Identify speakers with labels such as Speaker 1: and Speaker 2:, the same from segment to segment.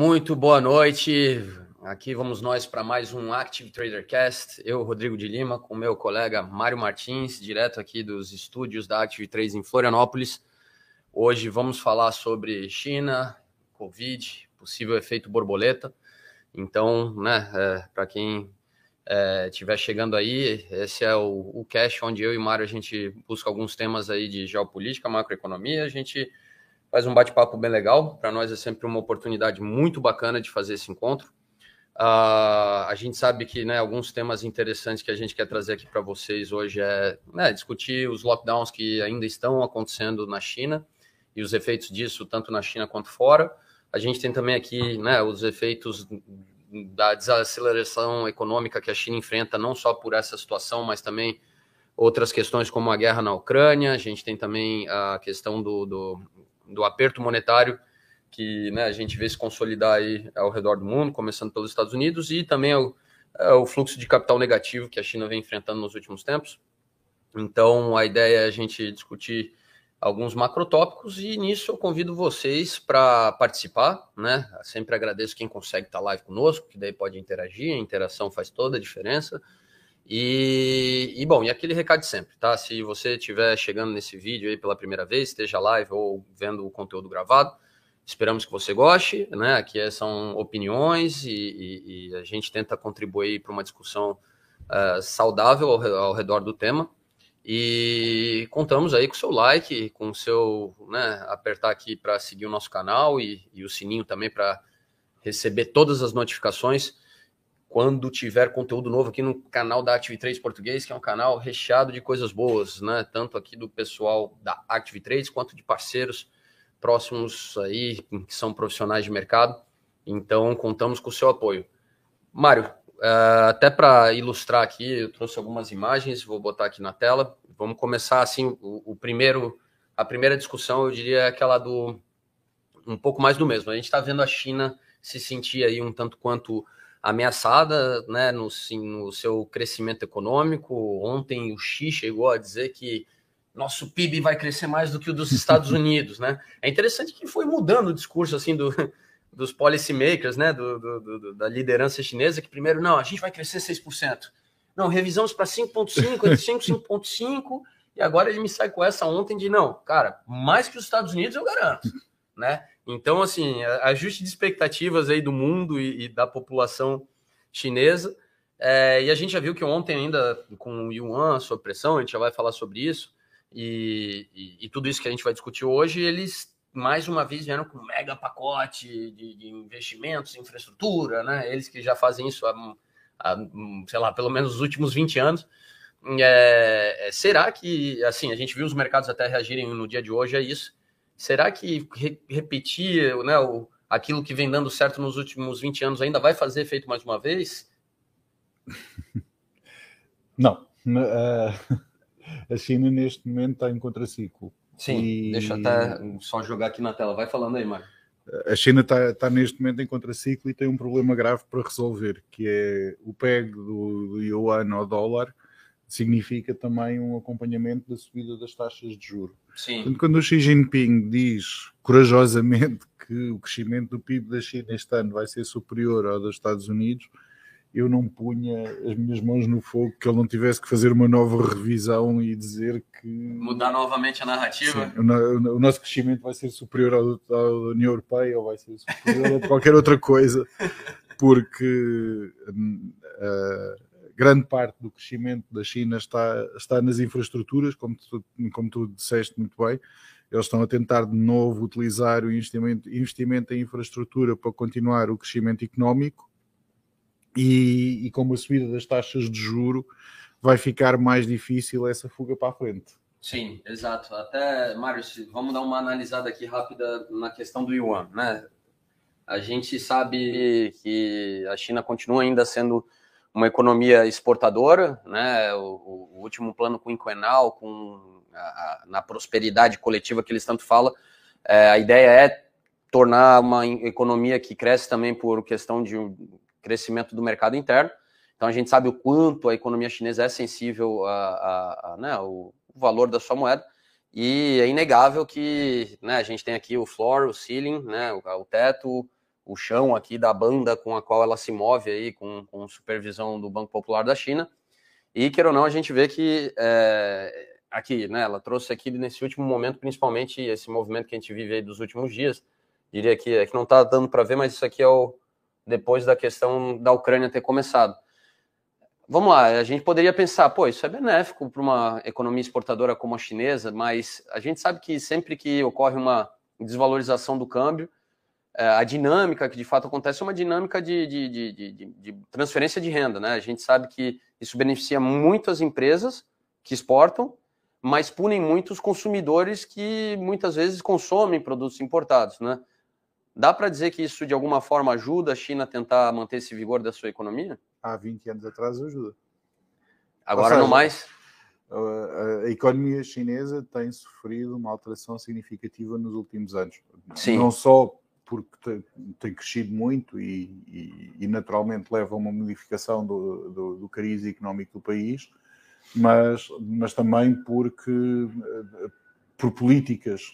Speaker 1: Muito boa noite. Aqui vamos nós para mais um Active Trader Cast. Eu, Rodrigo de Lima, com meu colega Mário Martins, direto aqui dos estúdios da Active Trades em Florianópolis. Hoje vamos falar sobre China, Covid, possível efeito borboleta. Então, para quem estiver chegando aí, esse é o cast onde eu e o Mário a gente busca alguns temas aí de geopolítica, macroeconomia. A gente faz um bate-papo bem legal. Para nós é sempre uma oportunidade muito bacana de fazer esse encontro. A gente sabe que alguns temas interessantes que a gente quer trazer aqui para vocês hoje é discutir os lockdowns que ainda estão acontecendo na China e os efeitos disso, tanto na China quanto fora. A gente tem também aqui os efeitos da desaceleração econômica que a China enfrenta, não só por essa situação, mas também outras questões como a guerra na Ucrânia. A gente tem também a questão do aperto monetário que a gente vê se consolidar aí ao redor do mundo, começando pelos Estados Unidos, e também o fluxo de capital negativo que a China vem enfrentando nos últimos tempos. Então, a ideia é a gente discutir alguns macrotópicos e nisso eu convido vocês para participar, Sempre agradeço quem consegue estar live conosco, que daí pode interagir, a interação faz toda a diferença. E aquele recado de sempre, tá? Se você estiver chegando nesse vídeo aí pela primeira vez, esteja live ou vendo o conteúdo gravado, esperamos que você goste, Aqui são opiniões e a gente tenta contribuir para uma discussão saudável ao redor do tema. E contamos aí com o seu like, com o seu apertar aqui para seguir o nosso canal e o sininho também para receber todas as notificações quando tiver conteúdo novo aqui no canal da Active Trades Português, que é um canal recheado de coisas boas, Tanto aqui do pessoal da Active Trades quanto de parceiros próximos aí, que são profissionais de mercado. Então, contamos com o seu apoio. Mário, até para ilustrar aqui, eu trouxe algumas imagens, vou botar aqui na tela. Vamos começar assim, a primeira discussão, eu diria, é aquela um pouco mais do mesmo. A gente está vendo a China se sentir aí um tanto quanto ameaçada, no seu crescimento econômico. Ontem o Xi chegou a dizer que nosso PIB vai crescer mais do que o dos Estados Unidos, É interessante que foi mudando o discurso assim dos policymakers, da liderança chinesa, que primeiro, não, a gente vai crescer 6%. Não, revisamos para 5,5%, entre 5 e 5,5%, e agora ele me sai com essa ontem de, não, cara, mais que os Estados Unidos eu garanto, Então, assim, ajuste de expectativas aí do mundo e da população chinesa. E a gente já viu que ontem ainda, com o Yuan sob pressão, a gente já vai falar sobre isso, e tudo isso que a gente vai discutir hoje, eles, mais uma vez, vieram com um mega pacote de investimentos em infraestrutura, Eles que já fazem isso sei lá, pelo menos os últimos 20 anos. Será que, assim, a gente viu os mercados até reagirem no dia de hoje a isso? Será que repetir aquilo que vem dando certo nos últimos 20 anos ainda vai fazer efeito mais uma vez?
Speaker 2: Não. A China neste momento está em contraciclo.
Speaker 1: Sim, deixa até só jogar aqui na tela. Vai falando aí, Mário.
Speaker 2: A China está neste momento em contraciclo e tem um problema grave para resolver, que é o PEG do yuan ao dólar, significa também um acompanhamento da subida das taxas de juros.
Speaker 1: Sim.
Speaker 2: Portanto, quando o Xi Jinping diz corajosamente que o crescimento do PIB da China este ano vai ser superior ao dos Estados Unidos, eu não punha as minhas mãos no fogo que ele não tivesse que fazer uma nova revisão e dizer que...
Speaker 1: Mudar novamente a narrativa?
Speaker 2: Sim, o nosso crescimento vai ser superior ao da União Europeia ou vai ser superior a qualquer outra coisa, porque grande parte do crescimento da China está nas infraestruturas, como tu disseste muito bem. Eles estão a tentar de novo utilizar o investimento em infraestrutura para continuar o crescimento económico. E com a subida das taxas de juro vai ficar mais difícil essa fuga para a frente.
Speaker 1: Sim, exato. Até, Mário, vamos dar uma analisada aqui rápida na questão do Yuan, A gente sabe que a China continua ainda sendo uma economia exportadora, O último plano quinquenal, na prosperidade coletiva que eles tanto falam, a ideia é tornar uma economia que cresce também por questão de crescimento do mercado interno. Então a gente sabe o quanto a economia chinesa é sensível ao valor da sua moeda, e é inegável que a gente tem aqui o floor, o ceiling, o teto, o chão aqui da banda com a qual ela se move aí, com supervisão do Banco Popular da China. E, queira ou não, a gente vê que aqui, né, ela trouxe aqui nesse último momento, principalmente esse movimento que a gente vive aí dos últimos dias, diria que não está dando para ver, mas isso aqui é depois da questão da Ucrânia ter começado. Vamos lá, a gente poderia pensar, pô, isso é benéfico para uma economia exportadora como a chinesa, mas a gente sabe que sempre que ocorre uma desvalorização do câmbio, a dinâmica que de fato acontece é uma dinâmica de transferência de renda, né? A gente sabe que isso beneficia muito as empresas que exportam, mas punem muito os consumidores que muitas vezes consomem produtos importados, né? Dá para dizer que isso de alguma forma ajuda a China a tentar manter esse vigor da sua economia?
Speaker 2: Há 20 anos atrás ajuda.
Speaker 1: Agora seja, não mais?
Speaker 2: A economia chinesa tem sofrido uma alteração significativa nos últimos anos.
Speaker 1: Sim.
Speaker 2: Não só porque tem crescido muito e naturalmente leva a uma modificação do cariz económico do país, mas também por políticas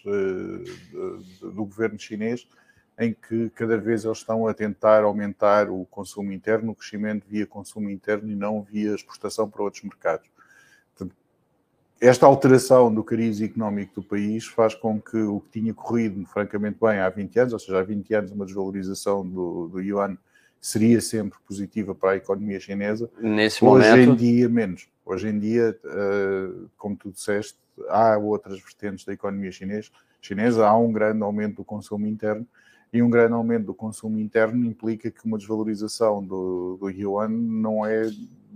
Speaker 2: do governo chinês em que cada vez eles estão a tentar aumentar o consumo interno, o crescimento via consumo interno e não via exportação para outros mercados. Portanto, esta alteração do cariz económico do país faz com que o que tinha corrido francamente bem há 20 anos, ou seja, há 20 anos uma desvalorização do yuan seria sempre positiva para a economia chinesa.
Speaker 1: Nesse momento...
Speaker 2: Hoje em dia, menos. Hoje em dia, como tu disseste, há outras vertentes da economia chinesa, há um grande aumento do consumo interno, e um grande aumento do consumo interno implica que uma desvalorização do yuan não é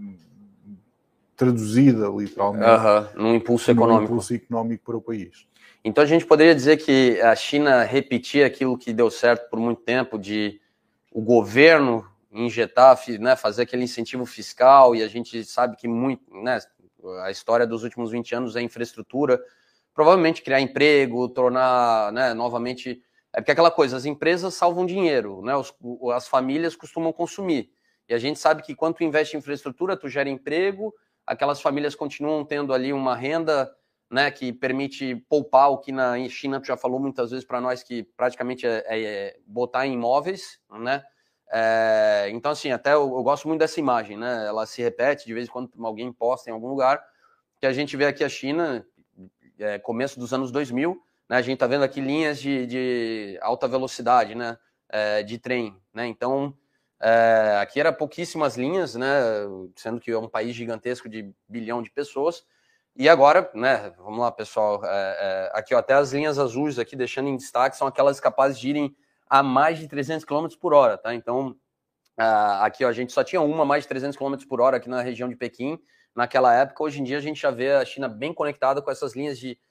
Speaker 2: traduzida, literalmente,
Speaker 1: num impulso econômico
Speaker 2: para o país.
Speaker 1: Então a gente poderia dizer que a China repetia aquilo que deu certo por muito tempo, de o governo injetar, né, fazer aquele incentivo fiscal, e a gente sabe que muito, né, a história dos últimos 20 anos é infraestrutura, provavelmente criar emprego, tornar, né, novamente... porque aquela coisa, as empresas salvam dinheiro, né? As famílias costumam consumir. E a gente sabe que quando tu investe em infraestrutura, tu gera emprego, aquelas famílias continuam tendo ali uma renda, né, que permite poupar, o que na China tu já falou muitas vezes para nós, que praticamente é botar em imóveis, né? Então, assim, até eu gosto muito dessa imagem, né? Ela se repete de vez em quando alguém posta em algum lugar, que a gente vê aqui a China, começo dos anos 2000, né, a gente está vendo aqui linhas de alta velocidade, né, de trem, né? Então, aqui era pouquíssimas linhas, né, sendo que é um país gigantesco de 1 bilhão de pessoas. E agora, né, vamos lá, pessoal, aqui ó, até as linhas azuis aqui, deixando em destaque, são aquelas capazes de irem a mais de 300 km por hora, tá? Então, aqui ó, a gente só tinha uma mais de 300 km por hora aqui na região de Pequim, naquela época. Hoje em dia a gente já vê a China bem conectada com essas linhas de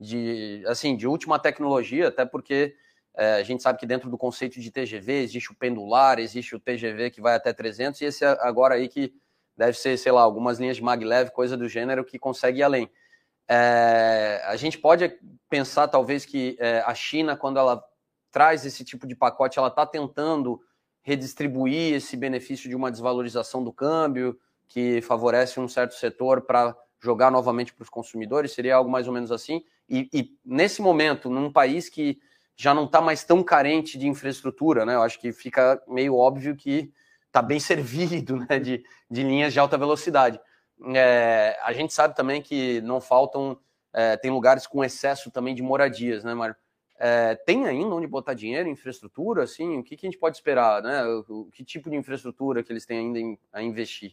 Speaker 1: última tecnologia, até porque a gente sabe que dentro do conceito de TGV existe o pendular, existe o TGV que vai até 300, e esse agora aí que deve ser, sei lá, algumas linhas de maglev, coisa do gênero, que consegue ir além. A gente pode pensar, talvez, que a China, quando ela traz esse tipo de pacote, ela está tentando redistribuir esse benefício de uma desvalorização do câmbio, que favorece um certo setor para jogar novamente para os consumidores, seria algo mais ou menos assim. E nesse momento, num país que já não está mais tão carente de infraestrutura, né? Eu acho que fica meio óbvio que está bem servido, né, de linhas de alta velocidade. A gente sabe também que não faltam, tem lugares com excesso também de moradias, né, Mário? Tem ainda onde botar dinheiro em infraestrutura, assim? O que a gente pode esperar, né? Que tipo de infraestrutura que eles têm ainda a investir?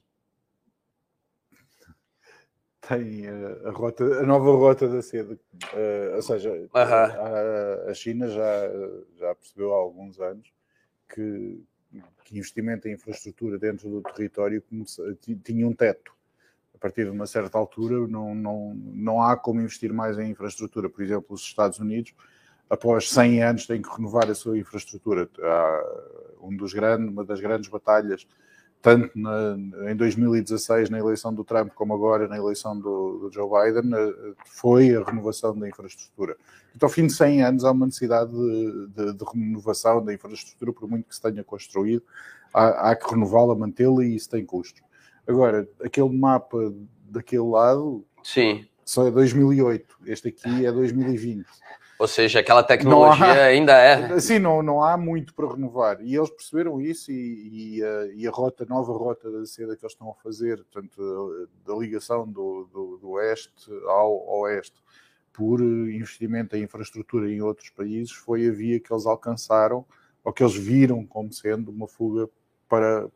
Speaker 2: Tem a nova rota da seda, ou seja, a China já percebeu há alguns anos que investimento em infraestrutura dentro do território tinha um teto. A partir de uma certa altura não há como investir mais em infraestrutura. Por exemplo, os Estados Unidos, após 100 anos, têm que renovar a sua infraestrutura. Uma das grandes batalhas, tanto em 2016, na eleição do Trump, como agora na eleição do Joe Biden, foi a renovação da infraestrutura. Então, ao fim de 100 anos, há uma necessidade de renovação da infraestrutura, por muito que se tenha construído, há que renová-la, mantê-la, e isso tem custos. Agora, aquele mapa daquele lado,
Speaker 1: sim,
Speaker 2: só é 2008, este aqui é 2020.
Speaker 1: Ou seja, aquela tecnologia ainda é...
Speaker 2: Sim, não há muito para renovar. E eles perceberam isso e a nova rota da seda que eles estão a fazer, portanto, da ligação do oeste ao oeste, por investimento em infraestrutura em outros países, foi a via que eles alcançaram, ou que eles viram como sendo uma fuga para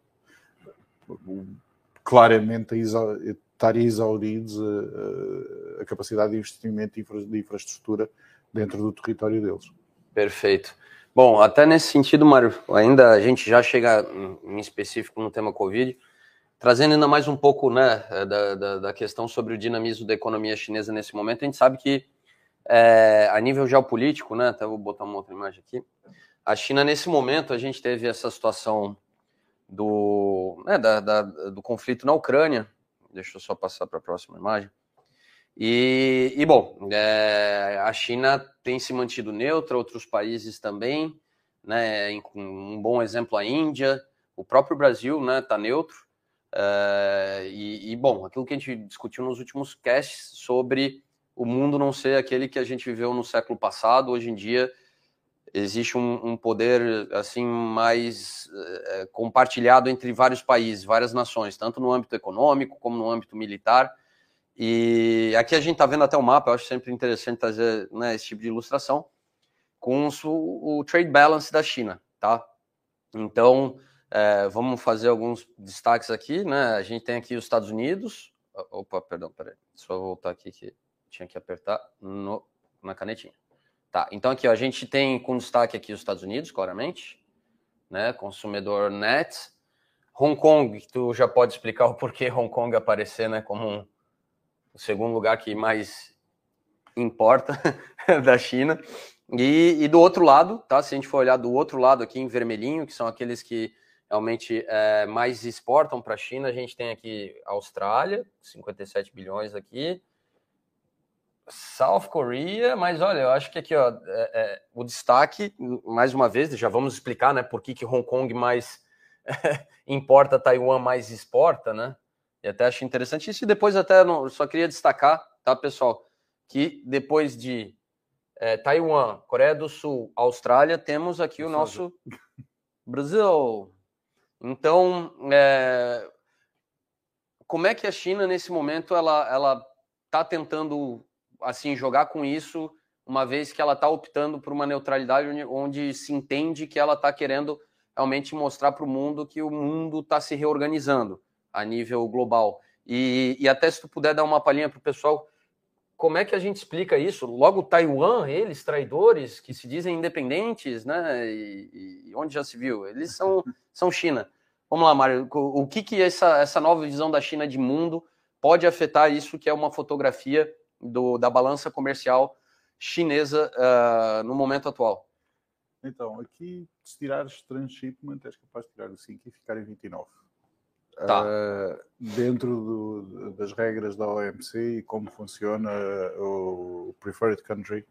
Speaker 2: claramente estarem exauridos a capacidade de investimento de infraestrutura dentro do território deles. Perfeito.
Speaker 1: Bom, até nesse sentido, Mário, ainda a gente já chega em específico no tema Covid, trazendo ainda mais um pouco, né, da questão sobre o dinamismo da economia chinesa nesse momento. A gente sabe que a nível geopolítico, né, até vou botar uma outra imagem aqui, a China nesse momento, a gente teve essa situação do conflito na Ucrânia. Deixa eu só passar para a próxima imagem. E bom, a China tem se mantido neutra, outros países também, né? Um bom exemplo a Índia, o próprio Brasil, né, está neutro. Bom, aquilo que a gente discutiu nos últimos casts sobre o mundo não ser aquele que a gente viveu no século passado. Hoje em dia existe um poder assim mais compartilhado entre vários países, várias nações, tanto no âmbito econômico como no âmbito militar. E aqui a gente está vendo até o mapa, eu acho sempre interessante trazer, né, esse tipo de ilustração, com o trade balance da China, tá? Então, vamos fazer alguns destaques aqui, né? A gente tem aqui os Estados Unidos. Opa, perdão, peraí. Só voltar aqui que tinha que apertar na canetinha. Tá, então aqui ó, a gente tem com destaque aqui os Estados Unidos, claramente, né? Consumidor net. Hong Kong, tu já pode explicar o porquê Hong Kong aparecer, né, como o segundo lugar que mais importa da China. E do outro lado, tá? Se a gente for olhar do outro lado aqui em vermelhinho, que são aqueles que realmente mais exportam para a China, a gente tem aqui a Austrália, 57 bilhões aqui, South Korea, mas olha, eu acho que aqui ó, o destaque, mais uma vez, já vamos explicar, né, por que Hong Kong mais importa, Taiwan mais exporta, né? E até acho interessante isso. E depois até só queria destacar, tá, pessoal, que depois de Taiwan, Coreia do Sul, Austrália, temos aqui o nosso Brasil. Então, como é que a China, nesse momento, ela está tentando assim jogar com isso, uma vez que ela está optando por uma neutralidade onde se entende que ela está querendo realmente mostrar para o mundo que o mundo está se reorganizando a nível global. E até se tu puder dar uma palhinha para o pessoal, como é que a gente explica isso? Logo Taiwan, eles, traidores, que se dizem independentes, né? E onde já se viu? Eles são China. Vamos lá, Mário, o que essa nova visão da China de mundo pode afetar isso que é uma fotografia da balança comercial chinesa no momento atual?
Speaker 2: Então, aqui, se tirares transshipment, és capaz de tirar o 5 e ficar em 29.
Speaker 1: Tá.
Speaker 2: Dentro das regras da OMC e como funciona o Preferred Country,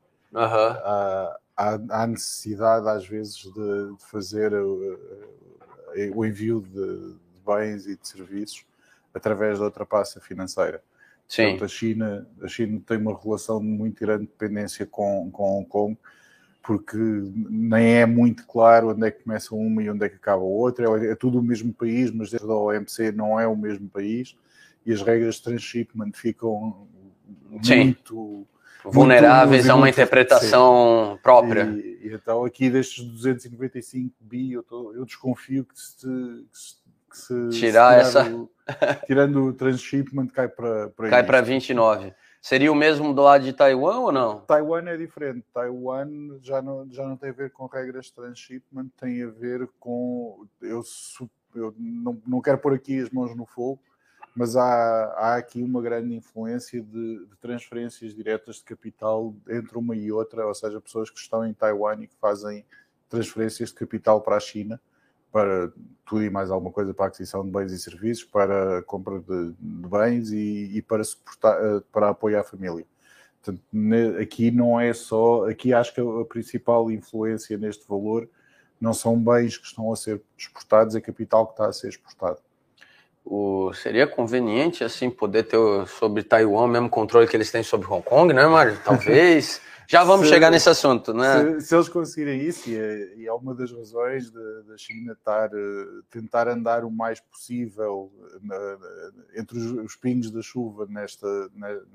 Speaker 2: há necessidade, às vezes, de fazer o envio de bens e de serviços através da outra pasta financeira.
Speaker 1: Sim.
Speaker 2: Portanto, a China tem uma relação de muito grande dependência com Hong Kong, porque nem é muito claro onde é que começa uma e onde é que acaba a outra. É tudo o mesmo país, mas dentro da OMC não é o mesmo país, e as regras de transshipment ficam muito
Speaker 1: vulneráveis a uma interpretação própria.
Speaker 2: E então aqui destes 295 bi, eu desconfio que se tirando o transshipment cai para
Speaker 1: 29. Seria o mesmo do lado de Taiwan ou não?
Speaker 2: Taiwan é diferente. Taiwan já não tem a ver com regras de transshipment, tem a ver com... Eu não quero pôr aqui as mãos no fogo, mas há aqui uma grande influência de transferências diretas de capital entre uma e outra, ou seja, pessoas que estão em Taiwan e que fazem transferências de capital para a China, para tudo e mais alguma coisa, para a aquisição de bens e serviços, para a compra de bens e para apoiar a família. Portanto, aqui não é só... Aqui acho que a principal influência neste valor não são bens que estão a ser exportados, é capital que está a ser exportado.
Speaker 1: Seria conveniente, assim, poder ter sobre Taiwan o mesmo controle que eles têm sobre Hong Kong, né, Mário? Talvez... Já vamos chegar nesse assunto, né?
Speaker 2: Se eles conseguirem isso, e é uma das razões da China tentar andar o mais possível entre os pingos da chuva nesta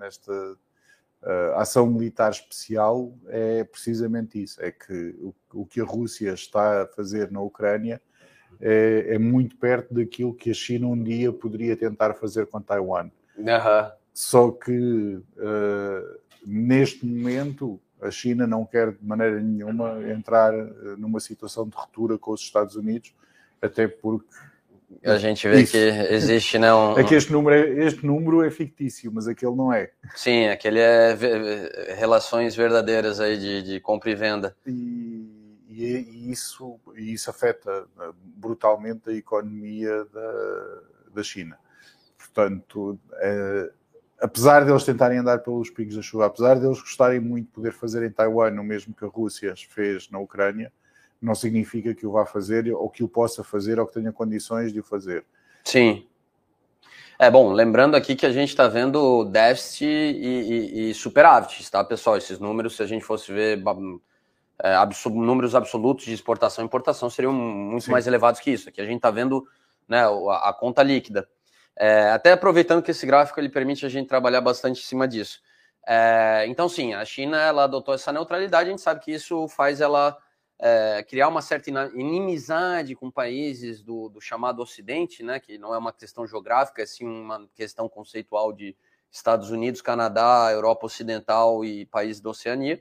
Speaker 2: ação militar especial, é precisamente isso. É que o que a Rússia está a fazer na Ucrânia é muito perto daquilo que a China um dia poderia tentar fazer com Taiwan. Só que neste momento a China não quer de maneira nenhuma entrar numa situação de ruptura com os Estados Unidos, até porque
Speaker 1: a gente vê que existe, né?
Speaker 2: É que este número é fictício, mas aquele não é.
Speaker 1: Sim, aquele é relações verdadeiras aí de compra e venda.
Speaker 2: E isso afeta brutalmente a economia da China. Portanto, apesar deles tentarem andar pelos picos da chuva, apesar deles gostarem muito de poder fazer em Taiwan o mesmo que a Rússia fez na Ucrânia, não significa que o vá fazer, ou que o possa fazer, ou que tenha condições de o fazer.
Speaker 1: Sim. Bom, lembrando aqui que a gente está vendo déficit e superávit, tá, pessoal? Esses números, se a gente fosse ver números absolutos de exportação e importação, seriam muito mais elevados que isso. Aqui a gente está vendo, né, a conta líquida. Até aproveitando que esse gráfico ele permite a gente trabalhar bastante em cima disso. Então, sim, a China ela adotou essa neutralidade, a gente sabe que isso faz ela criar uma certa inimizade com países do chamado Ocidente, né, que não é uma questão geográfica, é sim uma questão conceitual de Estados Unidos, Canadá, Europa Ocidental e países da Oceania.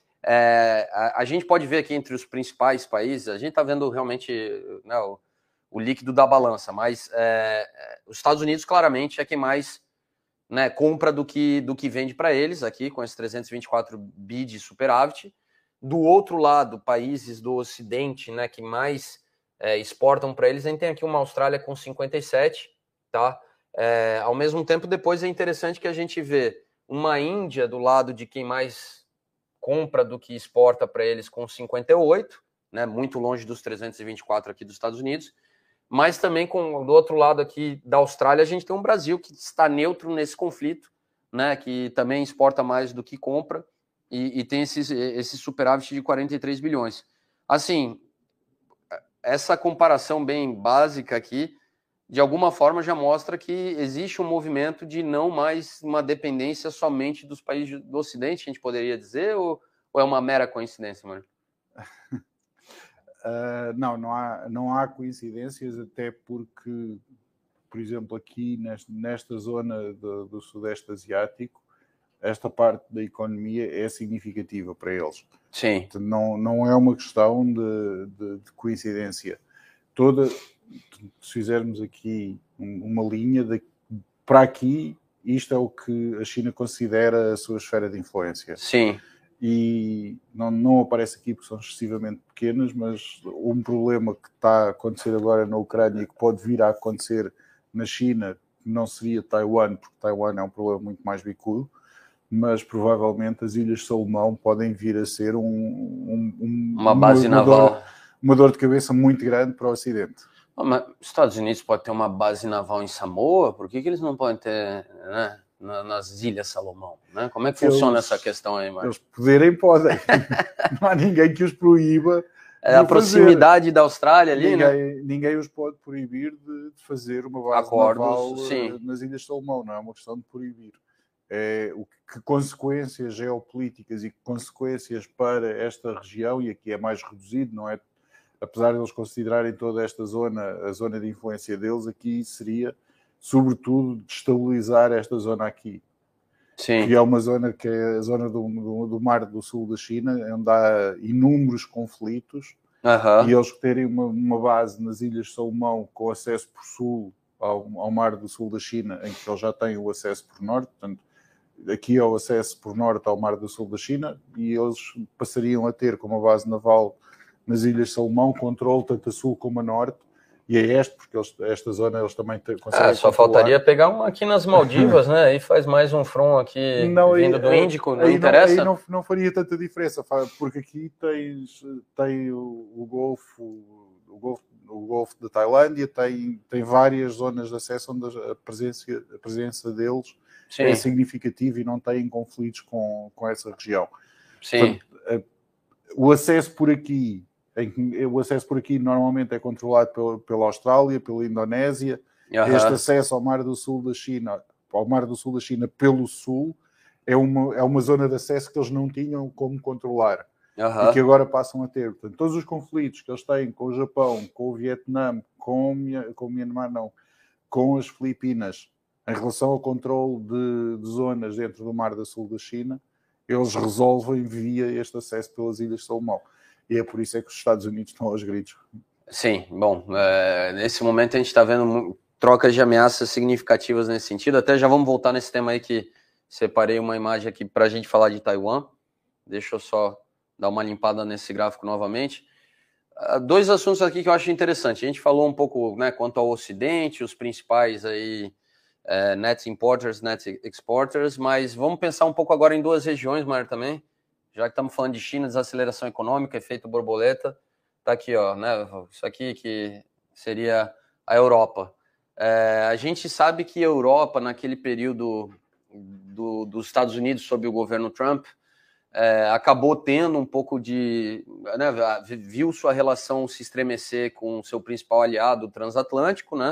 Speaker 1: A gente pode ver aqui entre os principais países, a gente está vendo realmente, né, o líquido da balança, mas os Estados Unidos claramente é quem mais, né, compra do que vende para eles, aqui com esses 324 bi de superávit. Do outro lado, países do Ocidente, né, que mais exportam para eles, a gente tem aqui uma Austrália com 57, tá? Ao mesmo tempo, depois é interessante que a gente vê uma Índia do lado de quem mais compra do que exporta para eles com 58, né, muito longe dos 324 aqui dos Estados Unidos, mas também do outro lado aqui da Austrália, a gente tem um Brasil que está neutro nesse conflito, né, que também exporta mais do que compra, e tem esse superávit de 43 bilhões. Assim, essa comparação bem básica aqui, de alguma forma já mostra que existe um movimento de não mais uma dependência somente dos países do Ocidente, a gente poderia dizer, ou é uma mera coincidência, mano?
Speaker 2: Não há coincidências, até porque, por exemplo, aqui nesta zona do Sudeste Asiático, esta parte da economia é significativa para eles.
Speaker 1: Sim.
Speaker 2: Não é uma questão de coincidência. Se fizermos aqui uma linha para aqui, isto é o que a China considera a sua esfera de influência.
Speaker 1: Sim.
Speaker 2: E não aparece aqui porque são excessivamente pequenas, mas um problema que está a acontecer agora na Ucrânia e que pode vir a acontecer na China não seria Taiwan, porque Taiwan é um problema muito mais bicudo, mas provavelmente as Ilhas Salomão podem vir a ser
Speaker 1: uma base naval,
Speaker 2: uma dor de cabeça muito grande para o Ocidente.
Speaker 1: Mas os Estados Unidos podem ter uma base naval em Samoa, por que eles não podem ter, né, nas Ilhas Salomão? Né? Como é que funciona essa questão aí, Mário?
Speaker 2: Eles poderem, podem. Não há ninguém que os proíba.
Speaker 1: A proximidade da Austrália ali,
Speaker 2: ninguém os pode proibir de fazer uma base naval nas Ilhas Salomão, não é uma questão de proibir. Que consequências geopolíticas e consequências para esta região, e aqui é mais reduzido, não é? Apesar de eles considerarem toda esta zona a zona de influência deles, aqui seria, sobretudo, destabilizar esta zona aqui.
Speaker 1: Sim.
Speaker 2: Que é uma zona que é a zona do Mar do Sul da China, onde há inúmeros conflitos, e eles terem uma base nas Ilhas Salomão com acesso por sul ao Mar do Sul da China, em que eles já têm o acesso por norte, portanto, aqui é o acesso por norte ao Mar do Sul da China, e eles passariam a ter como base naval nas Ilhas Salomão controle tanto a sul como a norte e a este, porque esta zona eles também conseguem
Speaker 1: só faltaria pegar uma aqui nas Maldivas, né? Aí faz mais um front aqui vindo do Índico, não interessa?
Speaker 2: Aí não faria tanta diferença, porque aqui tem o Golfo da Tailândia, tem várias zonas de acesso onde a presença deles é significativa e não têm conflitos com essa região.
Speaker 1: Sim.
Speaker 2: Portanto, o acesso por aqui normalmente é controlado pela Austrália, pela Indonésia. Este acesso ao Mar do Sul da China, pelo sul, é uma zona de acesso que eles não tinham como controlar. E que agora passam a ter. Portanto, todos os conflitos que eles têm com o Japão, com o Vietnã, com o Myanmar, não, com as Filipinas, em relação ao controle de zonas dentro do Mar do Sul da China, eles resolvem via este acesso pelas Ilhas de Salomão. E é por isso é que os Estados Unidos estão aos gritos.
Speaker 1: Sim, bom, nesse momento a gente está vendo trocas de ameaças significativas nesse sentido. Até já vamos voltar nesse tema aí, que separei uma imagem aqui para a gente falar de Taiwan. Deixa eu só dar uma limpada nesse gráfico novamente. Dois assuntos aqui que eu acho interessante. A gente falou um pouco, né, quanto ao Ocidente, os principais aí, net importers, net exporters, mas vamos pensar um pouco agora em duas regiões, Mário, também. Já que estamos falando de China, desaceleração econômica, efeito borboleta, tá aqui, ó, né? Isso aqui que seria a Europa. A gente sabe que a Europa, naquele período dos Estados Unidos sob o governo Trump, acabou tendo um pouco de... Né, viu sua relação se estremecer com o seu principal aliado transatlântico, né?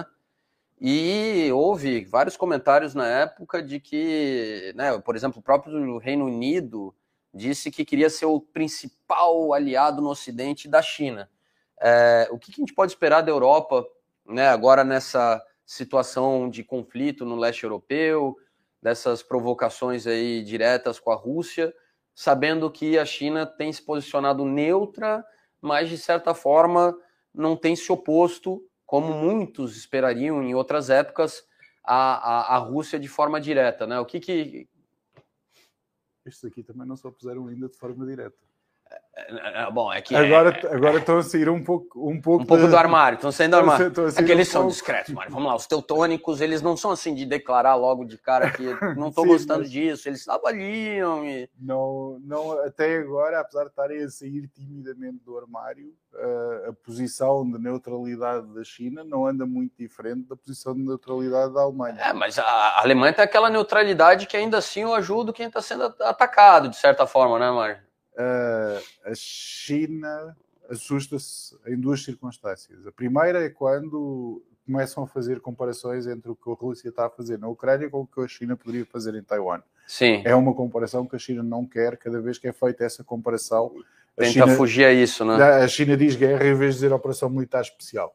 Speaker 1: E houve vários comentários na época de que, né, por exemplo, o próprio Reino Unido disse que queria ser o principal aliado no Ocidente da China. O que a gente pode esperar da Europa, né, agora nessa situação de conflito no leste europeu, dessas provocações aí diretas com a Rússia, sabendo que a China tem se posicionado neutra, mas de certa forma não tem se oposto, como muitos esperariam em outras épocas, à Rússia de forma direta, né? O que...
Speaker 2: Estes aqui também não se opuseram ainda de forma direta.
Speaker 1: Bom, é que
Speaker 2: agora estão a sair um pouco
Speaker 1: do armário, estão saindo do armário. É que eles são discretos, Mário. Vamos lá, os teutônicos, eles não são assim de declarar logo de cara que não estou gostando disso, eles avaliam e...
Speaker 2: Não, até agora, apesar de estarem a sair timidamente do armário, a posição de neutralidade da China não anda muito diferente da posição de neutralidade da Alemanha.
Speaker 1: Mas a Alemanha tem aquela neutralidade que ainda assim eu ajudo quem está sendo atacado, de certa forma, né, Mário?
Speaker 2: A China assusta-se em duas circunstâncias. A primeira é quando começam a fazer comparações entre o que a Rússia está a fazer na Ucrânia com o que a China poderia fazer em Taiwan.
Speaker 1: Sim.
Speaker 2: É uma comparação que a China não quer. Cada vez que é feita essa comparação,
Speaker 1: tenta fugir a isso, né?
Speaker 2: A China diz guerra em vez de dizer operação militar especial.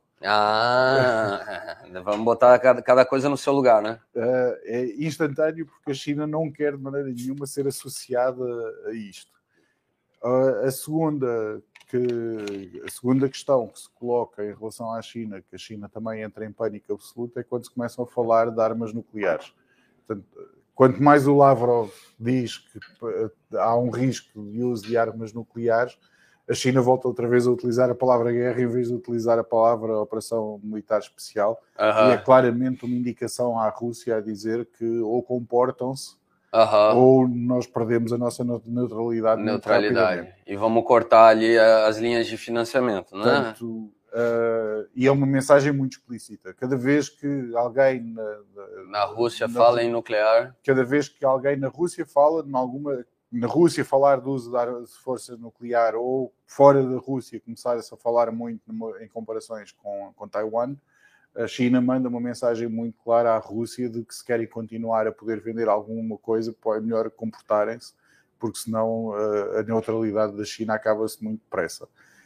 Speaker 1: Vamos botar cada coisa no seu lugar, né?
Speaker 2: É instantâneo, porque a China não quer de maneira nenhuma ser associada a isto. A segunda questão que se coloca em relação à China, que a China também entra em pânico absoluto, é quando se começam a falar de armas nucleares. Portanto, quanto mais o Lavrov diz que há um risco de uso de armas nucleares, a China volta outra vez a utilizar a palavra guerra em vez de utilizar a palavra operação militar especial. E é claramente uma indicação à Rússia a dizer que ou comportam-se ou nós perdemos a nossa neutralidade.
Speaker 1: E vamos cortar ali as linhas de financiamento, né?
Speaker 2: Portanto, e é uma mensagem muito explícita. Cada vez que alguém
Speaker 1: na Rússia fala em nuclear,
Speaker 2: cada vez que alguém na Rússia fala na Rússia falar do uso de força nuclear, ou fora da Rússia começar-se a falar muito em comparações com Taiwan, a China manda uma mensagem muito clara à Rússia de que se querem continuar a poder vender alguma coisa, é melhor comportarem-se, porque senão a neutralidade da China acaba-se muito depressa.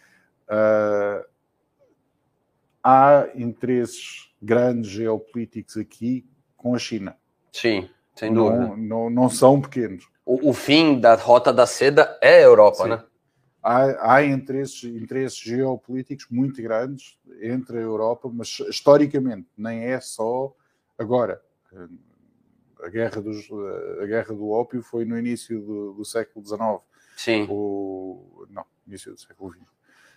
Speaker 2: Há interesses grandes geopolíticos aqui com a China.
Speaker 1: Sim, sem dúvida.
Speaker 2: Não são pequenos.
Speaker 1: O fim da Rota da Seda é a Europa, sim, né?
Speaker 2: Há interesses geopolíticos muito grandes entre a Europa, mas historicamente nem é só agora. A guerra do ópio foi no início do século XIX.
Speaker 1: Sim.
Speaker 2: Início do século XX.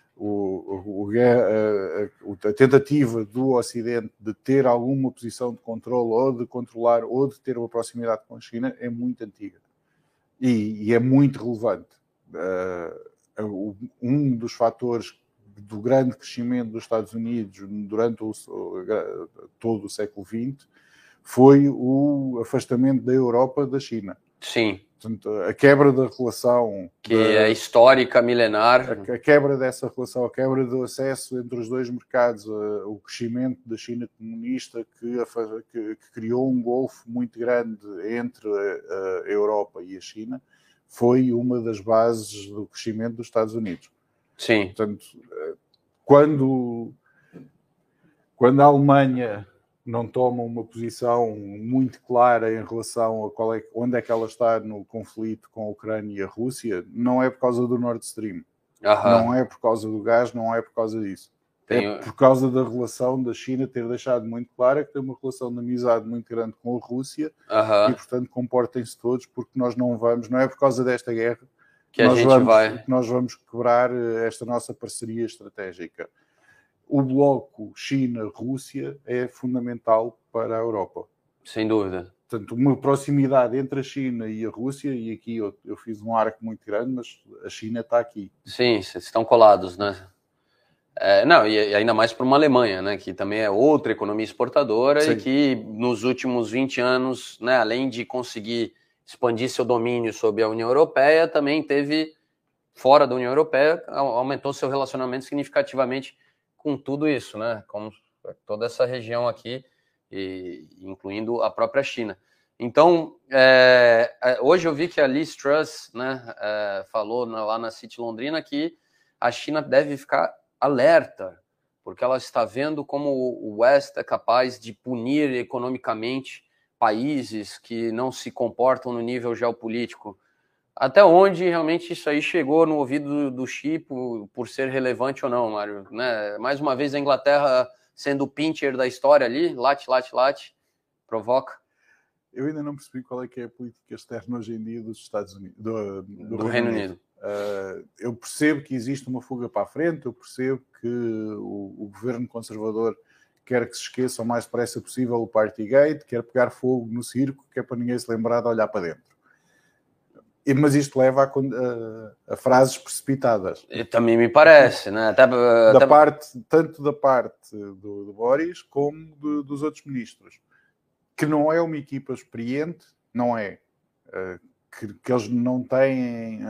Speaker 2: A tentativa do Ocidente de ter alguma posição de controle, ou de controlar, ou de ter uma proximidade com a China é muito antiga. E é muito relevante. Um dos fatores do grande crescimento dos Estados Unidos durante todo o século XX foi o afastamento da Europa da China.
Speaker 1: Sim.
Speaker 2: Portanto, a quebra da relação...
Speaker 1: Que é histórica, milenar.
Speaker 2: A quebra dessa relação, a quebra do acesso entre os dois mercados, o crescimento da China comunista que criou um golfo muito grande entre a Europa e a China, foi uma das bases do crescimento dos Estados Unidos.
Speaker 1: Sim.
Speaker 2: Portanto, quando a Alemanha não toma uma posição muito clara em relação a onde é que ela está no conflito com a Ucrânia e a Rússia, não é por causa do Nord Stream, não é por causa do gás, não é por causa disso. É por causa da relação da China ter deixado muito clara que tem uma relação de amizade muito grande com a Rússia e, portanto, comportem-se todos, porque nós não é por causa desta guerra que nós vamos quebrar esta nossa parceria estratégica. O bloco China-Rússia é fundamental para a Europa.
Speaker 1: Sem dúvida.
Speaker 2: Portanto, uma proximidade entre a China e a Rússia, e aqui eu fiz um arco muito grande, mas a China está aqui.
Speaker 1: Sim, estão colados, né? Não, e ainda mais para uma Alemanha, né, que também é outra economia exportadora. Sim. E que nos últimos 20 anos, né, além de conseguir expandir seu domínio sobre a União Europeia, também teve, fora da União Europeia, aumentou seu relacionamento significativamente com tudo isso, né, com toda essa região aqui, incluindo a própria China. Então, hoje eu vi que a Liz Truss, né, falou lá na City Londrina que a China deve ficar alerta, porque ela está vendo como o West é capaz de punir economicamente países que não se comportam no nível geopolítico. Até onde realmente isso aí chegou no ouvido do Xi por ser relevante ou não, Mário? Né? Mais uma vez a Inglaterra sendo o pincher da história ali, late, provoca.
Speaker 2: Eu ainda não percebi qual é que é a política externa hoje em dia dos Estados Unidos, do
Speaker 1: Reino Unido.
Speaker 2: Eu percebo que existe uma fuga para a frente, eu percebo que o governo conservador quer que se esqueça o mais depressa possível o Partygate, quer pegar fogo no circo, que é para ninguém se lembrar de olhar para dentro. Mas isto leva a frases precipitadas.
Speaker 1: Também me parece, né?
Speaker 2: Tanto da parte do Boris como dos outros ministros. Que não é uma equipa experiente, não é. Que eles não têm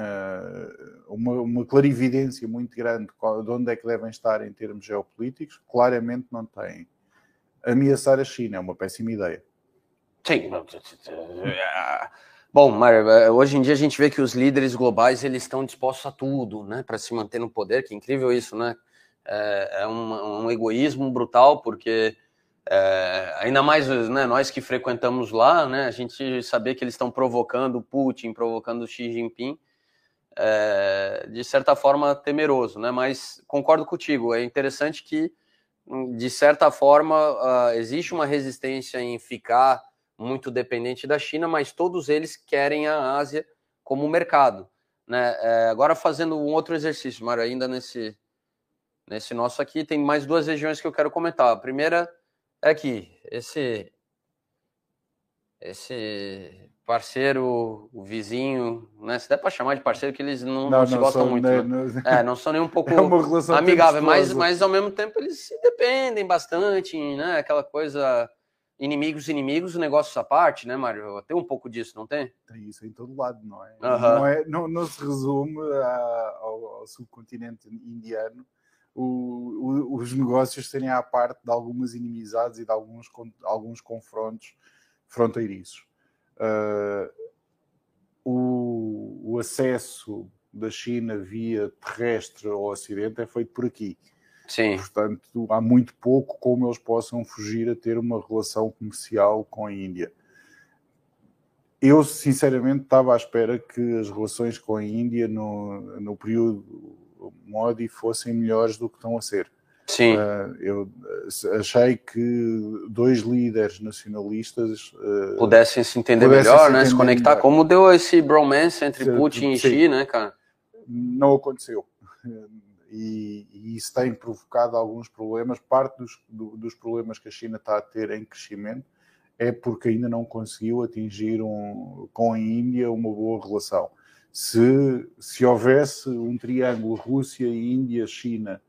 Speaker 2: uma clarividência muito grande de onde é que devem estar em termos geopolíticos, claramente não têm. Ameaçar a China é uma péssima ideia.
Speaker 1: Sim. Bom, Mário, hoje em dia a gente vê que os líderes globais eles estão dispostos a tudo, né, para se manter no poder, que incrível isso, né? É um egoísmo brutal, porque ainda mais, né, nós que frequentamos lá, né, a gente saber que eles estão provocando Putin, provocando Xi Jinping, de certa forma temeroso, né? Mas concordo contigo, é interessante que, de certa forma, existe uma resistência em ficar muito dependente da China, mas todos eles querem a Ásia como mercado, né? Agora, fazendo um outro exercício, Mário, ainda nesse nosso aqui, tem mais duas regiões que eu quero comentar. A primeira é que esse parceiro, o vizinho, né? Se der para chamar de parceiro, que eles não se gostam muito. Né? Não são nem um pouco amigáveis, mas ao mesmo tempo eles se dependem bastante, né? Aquela coisa... Inimigos, negócios à parte, né, Mário? Tem um pouco disso, não tem?
Speaker 2: Tem isso em todo lado, não é?
Speaker 1: Uhum.
Speaker 2: Não se resume ao subcontinente indiano os negócios serem à parte de algumas inimizades e de alguns confrontos fronteiriços. O acesso da China via terrestre ao Ocidente é feito por aqui.
Speaker 1: Sim.
Speaker 2: Portanto, há muito pouco como eles possam fugir a ter uma relação comercial com a Índia. Eu, sinceramente, estava à espera que as relações com a Índia no período Modi fossem melhores do que estão a ser.
Speaker 1: Sim.
Speaker 2: Eu achei que dois líderes nacionalistas
Speaker 1: pudessem se entender melhor, né? Se conectar, melhor. Como deu esse bromance entre Putin e Xi, né, cara?
Speaker 2: Não aconteceu. E isso tem provocado alguns problemas. Parte dos problemas que a China está a ter em crescimento é porque ainda não conseguiu atingir com a Índia uma boa relação. Se houvesse um triângulo Rússia, Índia, China,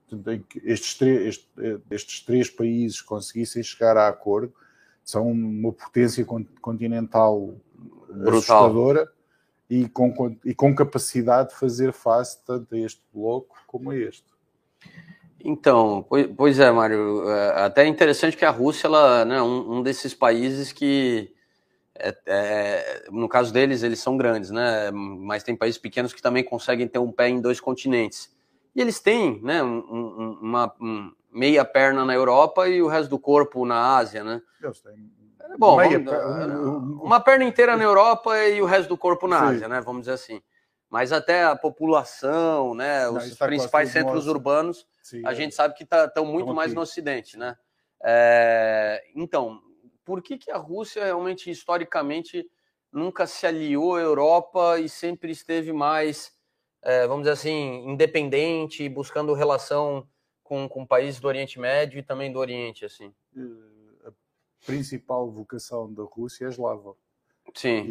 Speaker 2: estes três países conseguissem chegar a acordo, são uma potência continental
Speaker 1: brutal.
Speaker 2: Assustadora, e com capacidade de fazer face tanto a este bloco como a este.
Speaker 1: Então, pois é, Mário, até é interessante que a Rússia, ela, né, um desses países que, no caso deles, eles são grandes, né, mas tem países pequenos que também conseguem ter um pé em 2 continentes. E eles têm, né, uma meia perna na Europa e o resto do corpo na Ásia, né?
Speaker 2: Eles têm
Speaker 1: bom, uma perna inteira na Europa e o resto do corpo na Ásia, né, vamos dizer assim. Mas até a população, né, os principais centros urbanos, sim, a gente sabe que estão muito mais no Ocidente, né? Então, por que a Rússia realmente, historicamente, nunca se aliou à Europa e sempre esteve mais, vamos dizer assim, independente, buscando relação com países do Oriente Médio e também do Oriente, assim?
Speaker 2: A principal vocação da Rússia é eslava.
Speaker 1: Sim.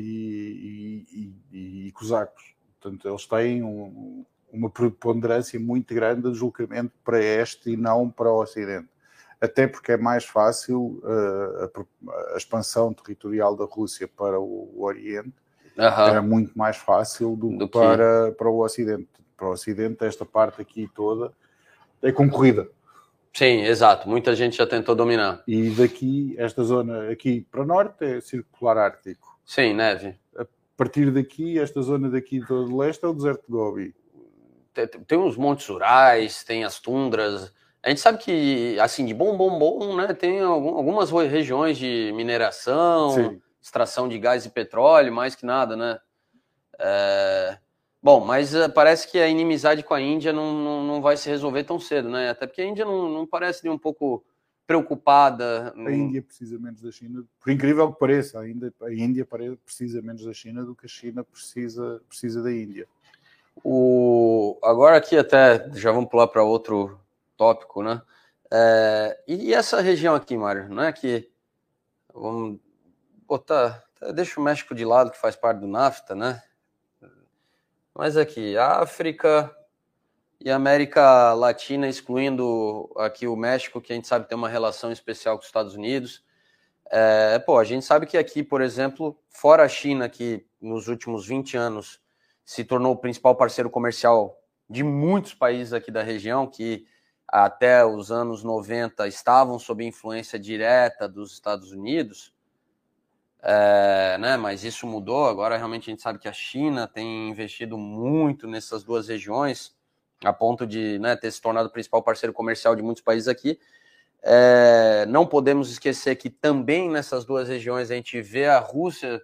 Speaker 2: E cosacos. Portanto, eles têm uma preponderância muito grande de deslocamento para este e não para o Ocidente. Até porque é mais fácil a expansão territorial da Rússia para o Oriente. Era muito mais fácil do que para o Ocidente. Para o Ocidente, esta parte aqui toda é concorrida.
Speaker 1: Sim, exato. Muita gente já tentou dominar.
Speaker 2: E daqui, esta zona aqui para norte é circular ártico.
Speaker 1: Sim, neve.
Speaker 2: A partir daqui, esta zona daqui do leste é o deserto de Gobi.
Speaker 1: Tem uns montes rurais, tem as tundras. A gente sabe que, assim, de bom, né? Tem algumas regiões de mineração, sim, extração de gás e petróleo, mais que nada, né? Bom, mas parece que a inimizade com a Índia não vai se resolver tão cedo, né? Até porque a Índia não parece nem um pouco preocupada.
Speaker 2: A Índia precisa menos da China, por incrível que pareça, a Índia precisa menos da China do que a China precisa da Índia.
Speaker 1: Agora aqui até, já vamos pular para outro tópico, né? E essa região aqui, Mário, não é que vamos botar, deixa o México de lado, que faz parte do NAFTA, né? Mas aqui, África e América Latina, excluindo aqui o México, que a gente sabe tem uma relação especial com os Estados Unidos. A gente sabe que aqui, por exemplo, fora a China, que nos últimos 20 anos se tornou o principal parceiro comercial de muitos países aqui da região, que até os anos 90 estavam sob influência direta dos Estados Unidos, né? Mas isso mudou, agora realmente a gente sabe que a China tem investido muito nessas 2 regiões, a ponto de, né, ter se tornado o principal parceiro comercial de muitos países aqui. Não podemos esquecer que também nessas 2 regiões a gente vê a Rússia,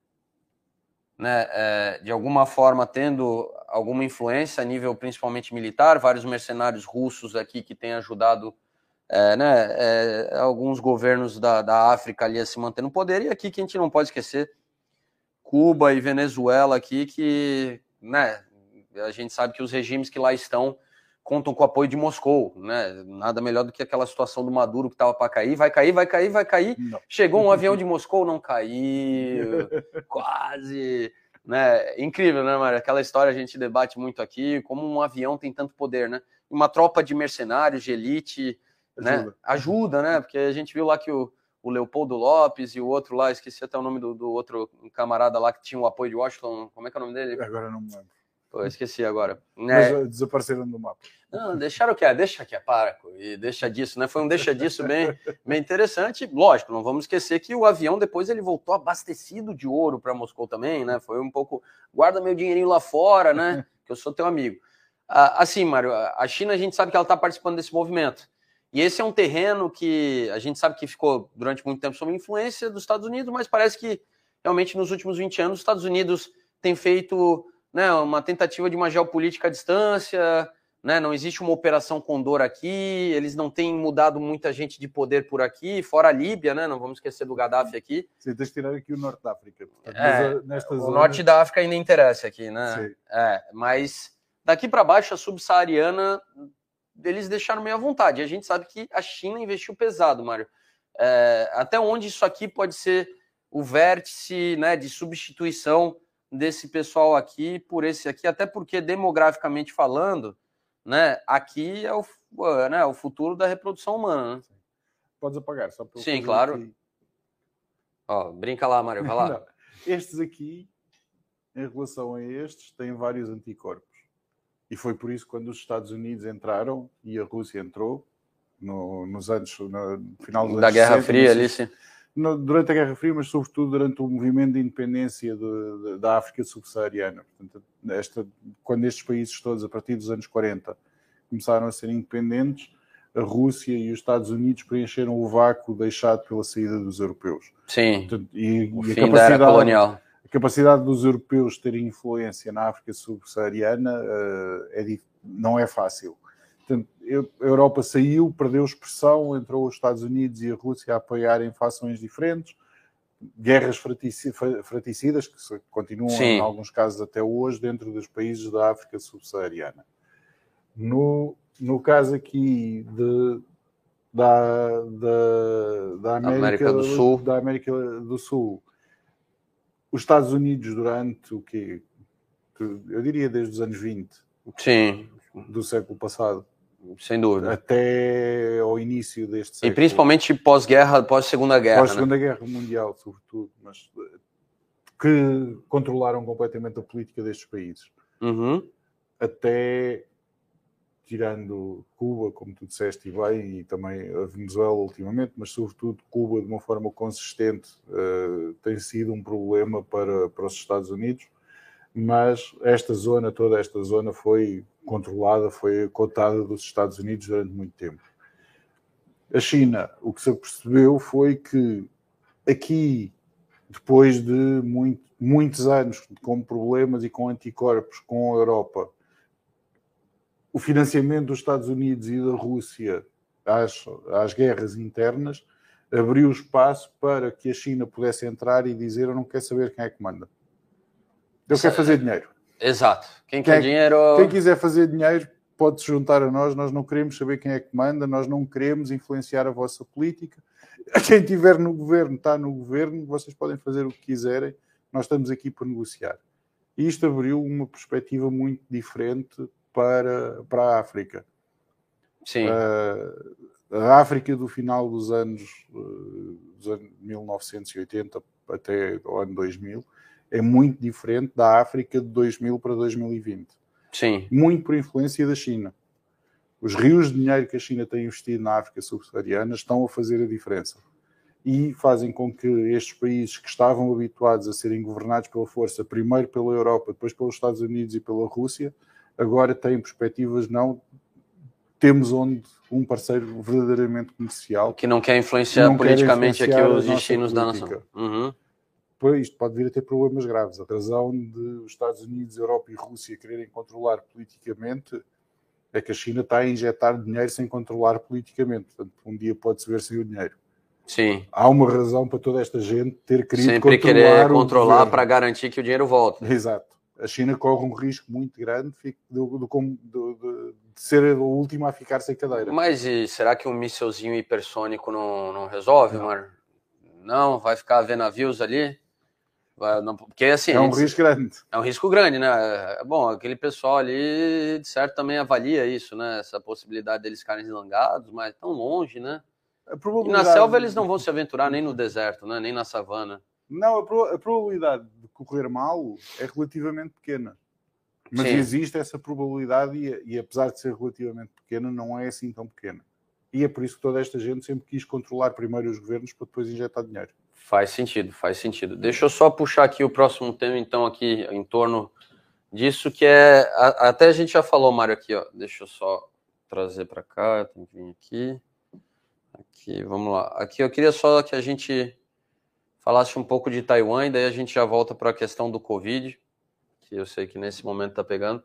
Speaker 1: né, de alguma forma tendo alguma influência a nível principalmente militar, vários mercenários russos aqui que têm ajudado alguns governos da África ali a se manter no poder, e aqui que a gente não pode esquecer Cuba e Venezuela aqui, que, né, a gente sabe que os regimes que lá estão contam com o apoio de Moscou, né? Nada melhor do que aquela situação do Maduro que estava para cair, vai cair. Não. Chegou um avião de Moscou, não caiu, quase, né? Incrível, né, Mário? Aquela história a gente debate muito aqui, como um avião tem tanto poder, né? Uma tropa de mercenários, de elite, né? Ajuda, né? Porque a gente viu lá que o Leopoldo Lopes e o outro lá, esqueci até o nome do outro camarada lá que tinha o apoio de Washington, como é que é o nome dele?
Speaker 2: Agora não me lembro.
Speaker 1: Pô, esqueci agora.
Speaker 2: Mas desapareceram do mapa.
Speaker 1: Não, deixaram que deixa que é paraco, e deixa disso, né? Foi um deixa disso bem interessante. Lógico, não vamos esquecer que o avião depois ele voltou abastecido de ouro para Moscou também, né? Foi um pouco, guarda meu dinheirinho lá fora, né? Que eu sou teu amigo. Assim, Mário, a China a gente sabe que ela está participando desse movimento. E esse é um terreno que a gente sabe que ficou durante muito tempo sob influência dos Estados Unidos, mas parece que realmente nos últimos 20 anos os Estados Unidos têm feito, né, uma tentativa de uma geopolítica à distância, né, não existe uma operação Condor aqui, eles não têm mudado muita gente de poder por aqui, fora a Líbia, né, não vamos esquecer do Gaddafi aqui.
Speaker 2: Sim, tens de tirar aqui o Norte da África.
Speaker 1: Portanto, o Norte da África ainda interessa aqui, né? Sim. Mas daqui para baixo, a subsaariana, eles deixaram meio à vontade. E a gente sabe que a China investiu pesado, Mário. Até onde isso aqui pode ser o vértice, né, de substituição desse pessoal aqui por esse aqui, até porque demograficamente falando, né, aqui é o futuro da reprodução humana, né?
Speaker 2: Podes apagar, só para eu
Speaker 1: Sim, claro. Aqui. Ó, brinca lá, Mário, vai lá.
Speaker 2: Não, estes aqui, 90% em relação a estes, têm vários anticorpos. E foi por isso que quando os Estados Unidos entraram e a Rússia entrou, nos anos, no final dos
Speaker 1: da
Speaker 2: anos
Speaker 1: Guerra
Speaker 2: 60,
Speaker 1: Fria ali, sim.
Speaker 2: Durante a Guerra Fria, mas sobretudo durante o movimento de independência da África subsaariana. Portanto, quando estes países todos, a partir dos anos 40, começaram a ser independentes, a Rússia e os Estados Unidos preencheram o vácuo deixado pela saída dos europeus.
Speaker 1: Sim,
Speaker 2: Portanto,
Speaker 1: o fim da era colonial.
Speaker 2: A capacidade dos europeus terem influência na África subsaariana não é fácil. Portanto, a Europa saiu, perdeu expressão, entrou os Estados Unidos e a Rússia a apoiarem fações diferentes, guerras fraticidas, que continuam, sim, em alguns casos até hoje, dentro dos países da África subsaariana. No caso aqui da América do Sul, os Estados Unidos durante o quê? Eu diria desde os anos 20,
Speaker 1: sim,
Speaker 2: do século passado,
Speaker 1: sem dúvida,
Speaker 2: até ao início deste século.
Speaker 1: E principalmente pós-guerra, pós-segunda guerra.
Speaker 2: Pós-segunda guerra mundial, sobretudo, mas que controlaram completamente a política destes países.
Speaker 1: Uhum.
Speaker 2: Até, tirando Cuba, como tu disseste, e bem, e também a Venezuela ultimamente, mas sobretudo Cuba, de uma forma consistente, tem sido um problema para os Estados Unidos, mas toda esta zona foi controlada, foi cotada dos Estados Unidos durante muito tempo. A China, o que se percebeu foi que aqui, depois de muitos anos com problemas e com anticorpos com a Europa, o financiamento dos Estados Unidos e da Rússia às guerras internas abriu espaço para que a China pudesse entrar e dizer: eu não quero saber quem é que manda. Eu quero fazer dinheiro.
Speaker 1: Exato. Quem quer dinheiro...
Speaker 2: Quem quiser fazer dinheiro pode se juntar a nós. Nós não queremos saber quem é que manda, nós não queremos influenciar a vossa política. Quem estiver no governo, está no governo, vocês podem fazer o que quiserem, nós estamos aqui para negociar. E isto abriu uma perspectiva muito diferente para a África.
Speaker 1: Sim.
Speaker 2: A África do final dos anos 1980 até o ano 2000 é muito diferente da África de 2000 para 2020.
Speaker 1: Sim.
Speaker 2: Muito por influência da China. Os rios de dinheiro que a China tem investido na África subsaariana estão a fazer a diferença. E fazem com que estes países que estavam habituados a serem governados pela força, primeiro pela Europa, depois pelos Estados Unidos e pela Rússia, agora têm perspectivas temos um parceiro verdadeiramente comercial.
Speaker 1: Que não quer influenciar politicamente aqui os destinos da nação. Uhum.
Speaker 2: Pois, isto pode vir a ter problemas graves. A razão de os Estados Unidos, Europa e Rússia quererem controlar politicamente é que a China está a injetar dinheiro sem controlar politicamente. Portanto, um dia pode-se ver sem o dinheiro.
Speaker 1: Sim.
Speaker 2: Há uma razão para toda esta gente ter querido
Speaker 1: sempre querer controlar para garantir que o dinheiro volta.
Speaker 2: Exato. A China corre um risco muito grande de ser a última a ficar sem cadeira.
Speaker 1: Mas será que um mísselzinho hipersônico não resolve, Mário? Não, vai ficar vendo navios ali? Porque, assim,
Speaker 2: é um risco grande.
Speaker 1: É um risco grande, né? Bom, aquele pessoal ali, de certo, também avalia isso, né? Essa possibilidade deles ficarem zangados, mas tão longe, né? E na selva eles não vão se aventurar nem no deserto, né? Nem na savana.
Speaker 2: Não, a probabilidade de correr mal é relativamente pequena. Mas sim, existe essa probabilidade e apesar de ser relativamente pequena, não é assim tão pequena. E é por isso que toda esta gente sempre quis controlar primeiro os governos para depois injetar dinheiro.
Speaker 1: Faz sentido, faz sentido. Deixa eu só puxar aqui o próximo tema, então, aqui em torno disso, que é... Até a gente já falou, Mário, aqui, ó. Deixa eu só trazer para cá, tem que vir aqui. Aqui, vamos lá. Aqui eu queria só que a gente falasse um pouco de Taiwan e daí a gente já volta para a questão do Covid, que eu sei que nesse momento está pegando.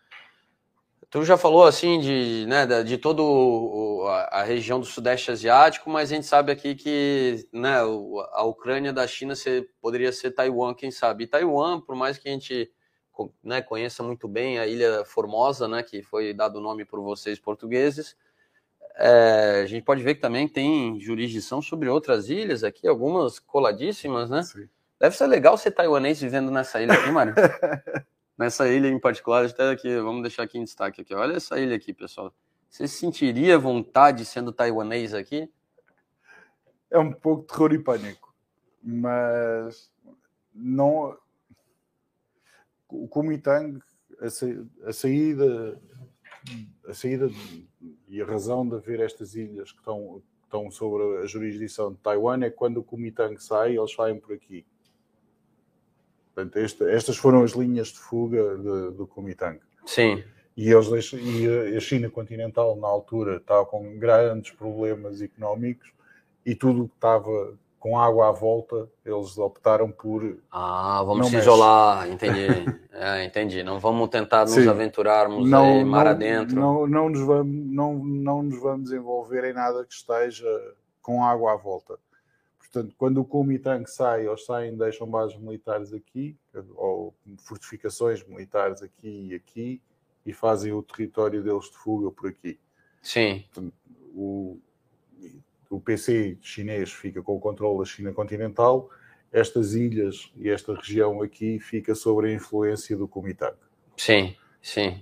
Speaker 1: Tu já falou assim de toda a região do Sudeste Asiático, mas a gente sabe aqui que, né, a Ucrânia da China poderia ser Taiwan, quem sabe. E Taiwan, por mais que a gente, né, conheça muito bem a Ilha Formosa, né, que foi dado o nome por vocês portugueses, a gente pode ver que também tem jurisdição sobre outras ilhas aqui, algumas coladíssimas, né?
Speaker 2: Sim.
Speaker 1: Deve ser legal ser taiwanês vivendo nessa ilha aqui, Mário. Nessa ilha em particular, até aqui, vamos deixar aqui em destaque aqui. Olha essa ilha aqui, pessoal. Você sentiria vontade sendo taiwanês aqui?
Speaker 2: É um pouco terror e pânico, mas não o Kuomintang, a saída e a razão de haver estas ilhas que estão sobre a jurisdição de Taiwan é que quando o Kuomintang sai, eles saem por aqui. Portanto, estas foram as linhas de fuga do Kuomintang.
Speaker 1: Sim.
Speaker 2: E a China continental, na altura, estava com grandes problemas económicos e tudo o que estava com água à volta, eles optaram por...
Speaker 1: vamos se isolar, entendi. Entendi. Não vamos tentar nos aventurarmos aí mar adentro.
Speaker 2: Não nos vamos envolver em nada que esteja com água à volta. Portanto, quando o Kuomintang sai, eles saem, deixam bases militares aqui, ou fortificações militares aqui e aqui, e fazem o território deles de fuga por aqui.
Speaker 1: Sim.
Speaker 2: Portanto, o PC chinês fica com o controle da China continental, estas ilhas e esta região aqui fica sob a influência do Kuomintang.
Speaker 1: Sim, sim.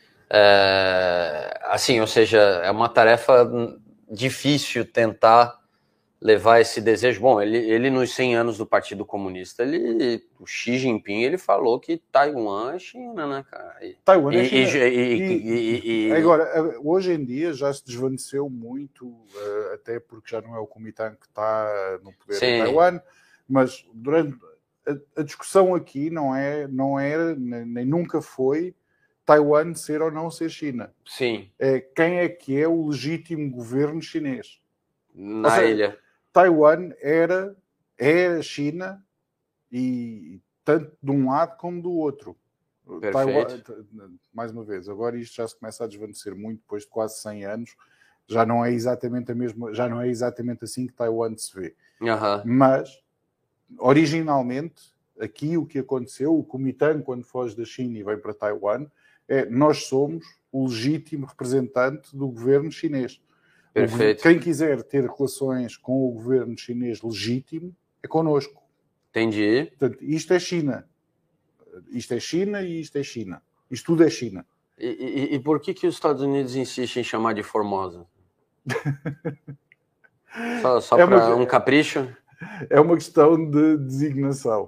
Speaker 1: Assim, ou seja, é uma tarefa difícil tentar levar esse desejo. Bom, ele nos 100 anos do Partido Comunista, o Xi Jinping, ele falou que Taiwan é China, né, cara?
Speaker 2: Taiwan é China. Agora, hoje em dia já se desvaneceu muito, até porque já não é o Kuomintang que está no poder em Taiwan, mas durante a discussão aqui não era, nem nunca foi Taiwan ser ou não ser China.
Speaker 1: Sim.
Speaker 2: Quem é que é o legítimo governo chinês?
Speaker 1: Na ilha.
Speaker 2: Taiwan é a China, e tanto de um lado como do outro.
Speaker 1: Perfeito.
Speaker 2: Taiwan, mais uma vez, agora isto já se começa a desvanecer muito, depois de quase 100 anos, já não é exatamente assim que Taiwan se vê. Mas, originalmente, aqui o que aconteceu, o Kuomintang, quando foge da China e vem para Taiwan, nós somos o legítimo representante do governo chinês.
Speaker 1: Perfeito.
Speaker 2: Quem quiser ter relações com o governo chinês legítimo é connosco.
Speaker 1: Entendi.
Speaker 2: Portanto, isto é China. Isto é China e isto é China. Isto tudo é China.
Speaker 1: E por que os Estados Unidos insistem em chamar de Formosa? Só para um capricho?
Speaker 2: É uma questão de designação.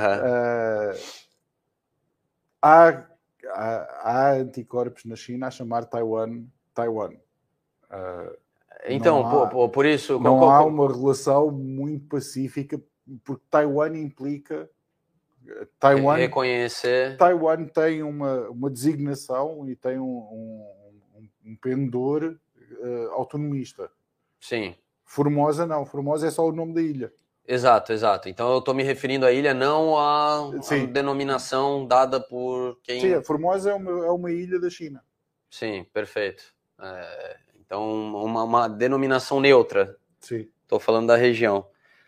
Speaker 2: Há anticorpos na China a chamar Taiwan.
Speaker 1: Então, por isso...
Speaker 2: Não há uma relação muito pacífica, porque Taiwan implica...
Speaker 1: reconhecer...
Speaker 2: Taiwan tem uma designação e tem um pendor autonomista.
Speaker 1: Sim.
Speaker 2: Formosa não. Formosa é só o nome da ilha.
Speaker 1: Exato. Então eu estou me referindo à ilha, não à denominação dada por quem...
Speaker 2: Sim, a Formosa é uma ilha da China.
Speaker 1: Sim, perfeito. Então, uma denominação neutra.
Speaker 2: Sim.
Speaker 1: Estou falando da região.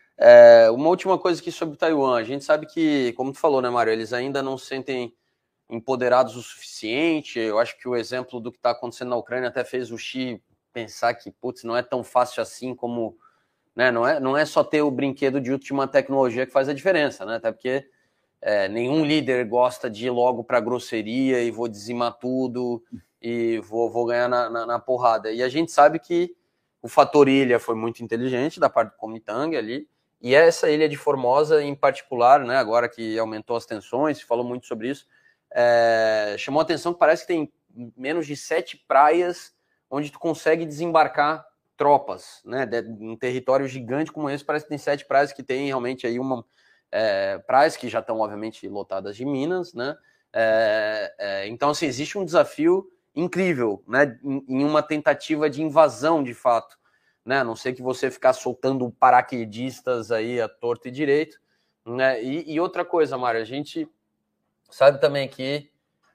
Speaker 1: Uma última coisa aqui sobre Taiwan. A gente sabe que, como tu falou, né, Mário, eles ainda não se sentem empoderados o suficiente. Eu acho que o exemplo do que está acontecendo na Ucrânia até fez o Xi pensar que, não é tão fácil assim como... Né, não é só ter o brinquedo de última tecnologia que faz a diferença, né? Até porque nenhum líder gosta de ir logo para a grosseria e vou dizimar tudo e vou ganhar na porrada. E a gente sabe que o fator ilha foi muito inteligente da parte do Kuomintang ali, e essa ilha de Formosa em particular, né, agora que aumentou as tensões, se falou muito sobre isso, chamou a atenção que parece que tem menos de 7 praias onde tu consegue desembarcar tropas, né, um território gigante como esse, parece que tem 7 praias que tem realmente aí praias que já estão obviamente lotadas de minas, né, então assim, existe um desafio incrível, né, em uma tentativa de invasão de fato, né, a não ser que você ficar soltando paraquedistas aí à torto e direito, né, e outra coisa, Mário, a gente sabe também que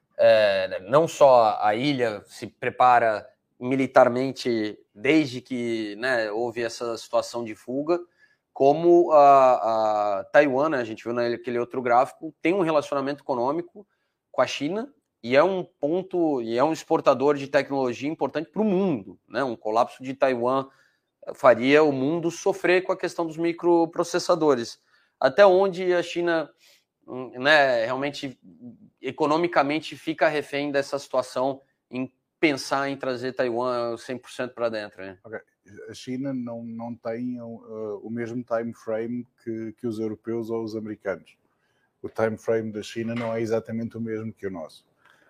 Speaker 1: não só a ilha se prepara militarmente desde que, né, houve essa situação de fuga, como a Taiwan, né, a gente viu naquele outro gráfico, tem um relacionamento econômico com a China e é um ponto, e é um exportador de tecnologia importante para o mundo, né? Um colapso de Taiwan faria o mundo sofrer com a questão dos microprocessadores. Até onde a China, né, realmente economicamente fica refém dessa situação em pensar em trazer Taiwan 100% para dentro, né?
Speaker 2: Okay. A China não tem o mesmo time frame que os europeus ou os americanos. o time frame da China não é exatamente o mesmo que o nosso.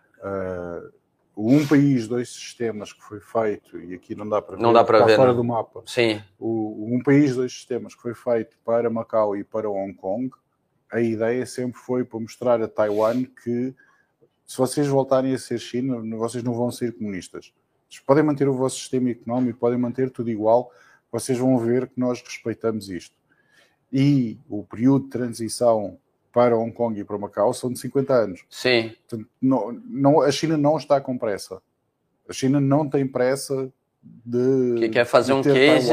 Speaker 2: O um país, dois sistemas que foi feito, e aqui não dá para ver, está
Speaker 1: ver,
Speaker 2: fora do mapa.
Speaker 1: Sim.
Speaker 2: O um país, dois sistemas que foi feito para Macau e para Hong Kong, a ideia sempre foi para mostrar a Taiwan que se vocês voltarem a ser China, vocês não vão ser comunistas. Vocês podem manter o vosso sistema económico, podem manter tudo igual, vocês vão ver que nós respeitamos isto. E o período de transição para Hong Kong e para Macau são de 50 anos.
Speaker 1: Sim.
Speaker 2: Portanto, a China não está com pressa. A China não tem pressa de...
Speaker 1: Que quer fazer um case...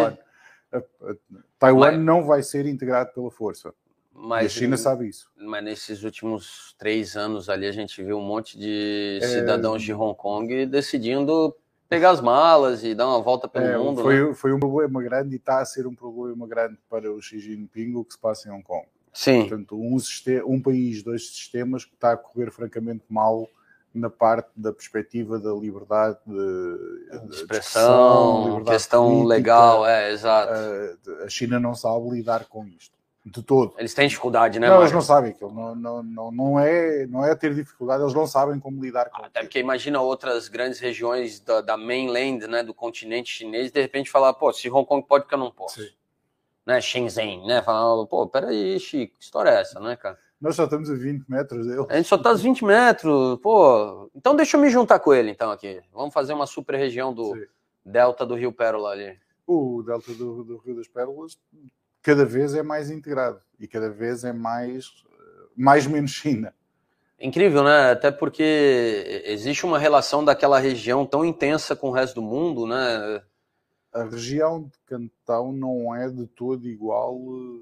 Speaker 2: Taiwan não vai ser integrado pela força.
Speaker 1: Mas,
Speaker 2: e a China sabe isso.
Speaker 1: Mas nesses últimos 3 anos ali, a gente viu um monte de cidadãos de Hong Kong decidindo pegar as malas e dar uma volta pelo mundo.
Speaker 2: Foi um problema grande e está a ser um problema grande para o Xi Jinping o que se passa em Hong Kong.
Speaker 1: Sim.
Speaker 2: Portanto, um país, dois sistemas que está a correr francamente mal na parte da perspectiva da liberdade
Speaker 1: de expressão, questão política, legal, exato.
Speaker 2: A China não sabe lidar com isto. De todo.
Speaker 1: Eles têm dificuldade, né?
Speaker 2: Não, eles não sabem aquilo. Não é ter dificuldade, eles não sabem como lidar com
Speaker 1: Até porque imagina outras grandes regiões da mainland, né, do continente chinês, de repente falar, pô, se Hong Kong pode, porque eu não posso. Sim. Né, Shenzhen, né? Falar, pô, peraí, Chico, que história é essa, né, cara?
Speaker 2: Nós só estamos a 20 metros dele.
Speaker 1: A gente só está a 20 metros, pô. Então deixa eu me juntar com ele, então, aqui. Vamos fazer uma super região do delta do Rio Pérola ali.
Speaker 2: O delta do Rio das Pérolas cada vez é mais integrado e cada vez é mais menos China.
Speaker 1: Incrível, né? Até porque existe uma relação daquela região tão intensa com o resto do mundo, né?
Speaker 2: A região de Cantão não é de todo igual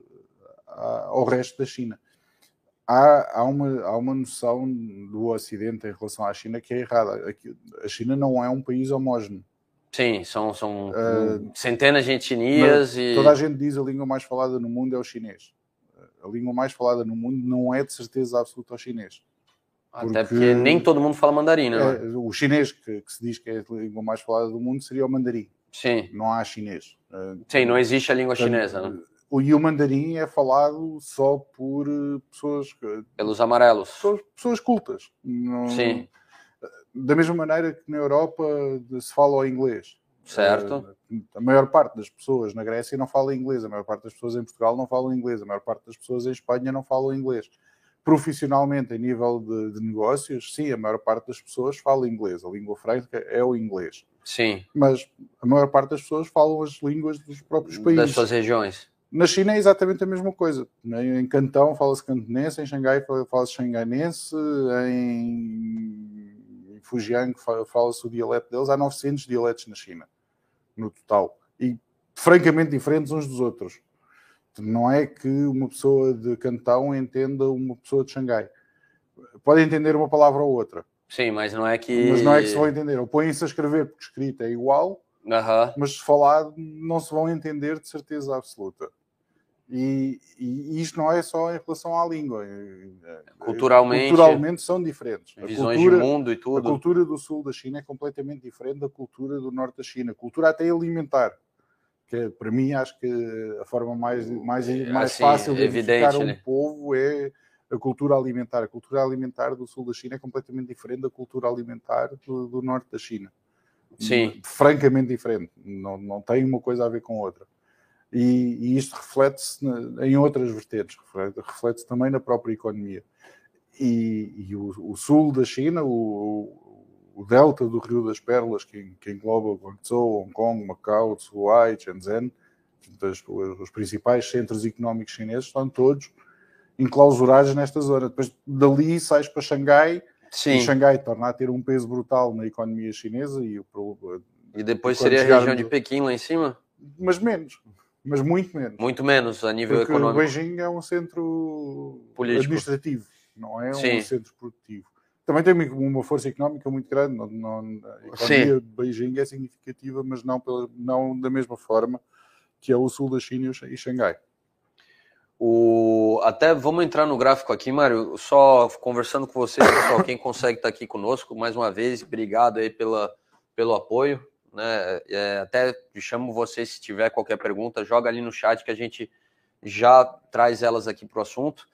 Speaker 2: ao resto da China. Há uma noção do Ocidente em relação à China que é errada. A China não é um país homógeno.
Speaker 1: Sim, são centenas de etnias e...
Speaker 2: Toda a gente diz a língua mais falada no mundo é o chinês. A língua mais falada no mundo não é de certeza absoluta o chinês.
Speaker 1: Até porque nem todo mundo fala mandarim, né?
Speaker 2: O chinês, que se diz que é a língua mais falada do mundo, seria o mandarim.
Speaker 1: Sim.
Speaker 2: Não há chinês.
Speaker 1: Sim, não existe a língua chinesa, né?
Speaker 2: E o mandarim é falado só por pessoas...
Speaker 1: Pelos amarelos.
Speaker 2: Pessoas cultas.
Speaker 1: Sim.
Speaker 2: Da mesma maneira que na Europa se fala o inglês.
Speaker 1: Certo.
Speaker 2: A maior parte das pessoas na Grécia não fala inglês, a maior parte das pessoas em Portugal não falam inglês, a maior parte das pessoas em Espanha não falam inglês. Profissionalmente, em nível de negócios, sim, a maior parte das pessoas fala inglês. A língua franca é o inglês.
Speaker 1: Sim.
Speaker 2: Mas a maior parte das pessoas falam as línguas dos próprios países.
Speaker 1: Das suas regiões.
Speaker 2: Na China é exatamente a mesma coisa. Em Cantão fala-se cantonense, em Xangai fala-se xanganense, em Fujian fala-se o dialeto deles. Há 900 dialetos na China, no total. E francamente diferentes uns dos outros. Não é que uma pessoa de Cantão entenda uma pessoa de Xangai. Pode entender uma palavra ou outra.
Speaker 1: Sim, mas não é que...
Speaker 2: Mas não é que se vão entender. Ou põem-se a escrever porque escrito é igual, mas se falado não se vão entender de certeza absoluta. E isto não é só em relação à língua. Culturalmente são diferentes.
Speaker 1: Visões de mundo e tudo.
Speaker 2: A cultura do sul da China é completamente diferente da cultura do norte da China. A cultura até alimentar. Que para mim acho que a forma mais assim, fácil de identificar povo é a cultura alimentar. A cultura alimentar do sul da China é completamente diferente da cultura alimentar do norte da China.
Speaker 1: Sim.
Speaker 2: Francamente diferente. Não tem uma coisa a ver com outra. E isto reflete-se em outras vertentes. Reflete-se também na própria economia. E o sul da China, o delta do Rio das Pérolas, que engloba Guangzhou, Hong Kong, Macau, Zhuhai, Shenzhen, os principais centros económicos chineses, estão todos enclausurados nesta zona. Depois dali sais para Xangai, e Xangai torna a ter um peso brutal na economia chinesa.
Speaker 1: E depois seria a região de Pequim lá em cima?
Speaker 2: Mas menos. Mas muito menos.
Speaker 1: Muito menos a nível
Speaker 2: porque
Speaker 1: econômico.
Speaker 2: Porque Beijing é um centro político, administrativo, não é um centro produtivo. Também tem uma força económica muito grande. A economia de Beijing é significativa, mas não da mesma forma que é o sul da China e Xangai.
Speaker 1: Até vamos entrar no gráfico aqui, Mário. Só conversando com vocês, pessoal, quem consegue estar aqui conosco, mais uma vez, obrigado aí pelo apoio. Né? Até chamo vocês, se tiver qualquer pergunta, joga ali no chat que a gente já traz elas aqui para o assunto.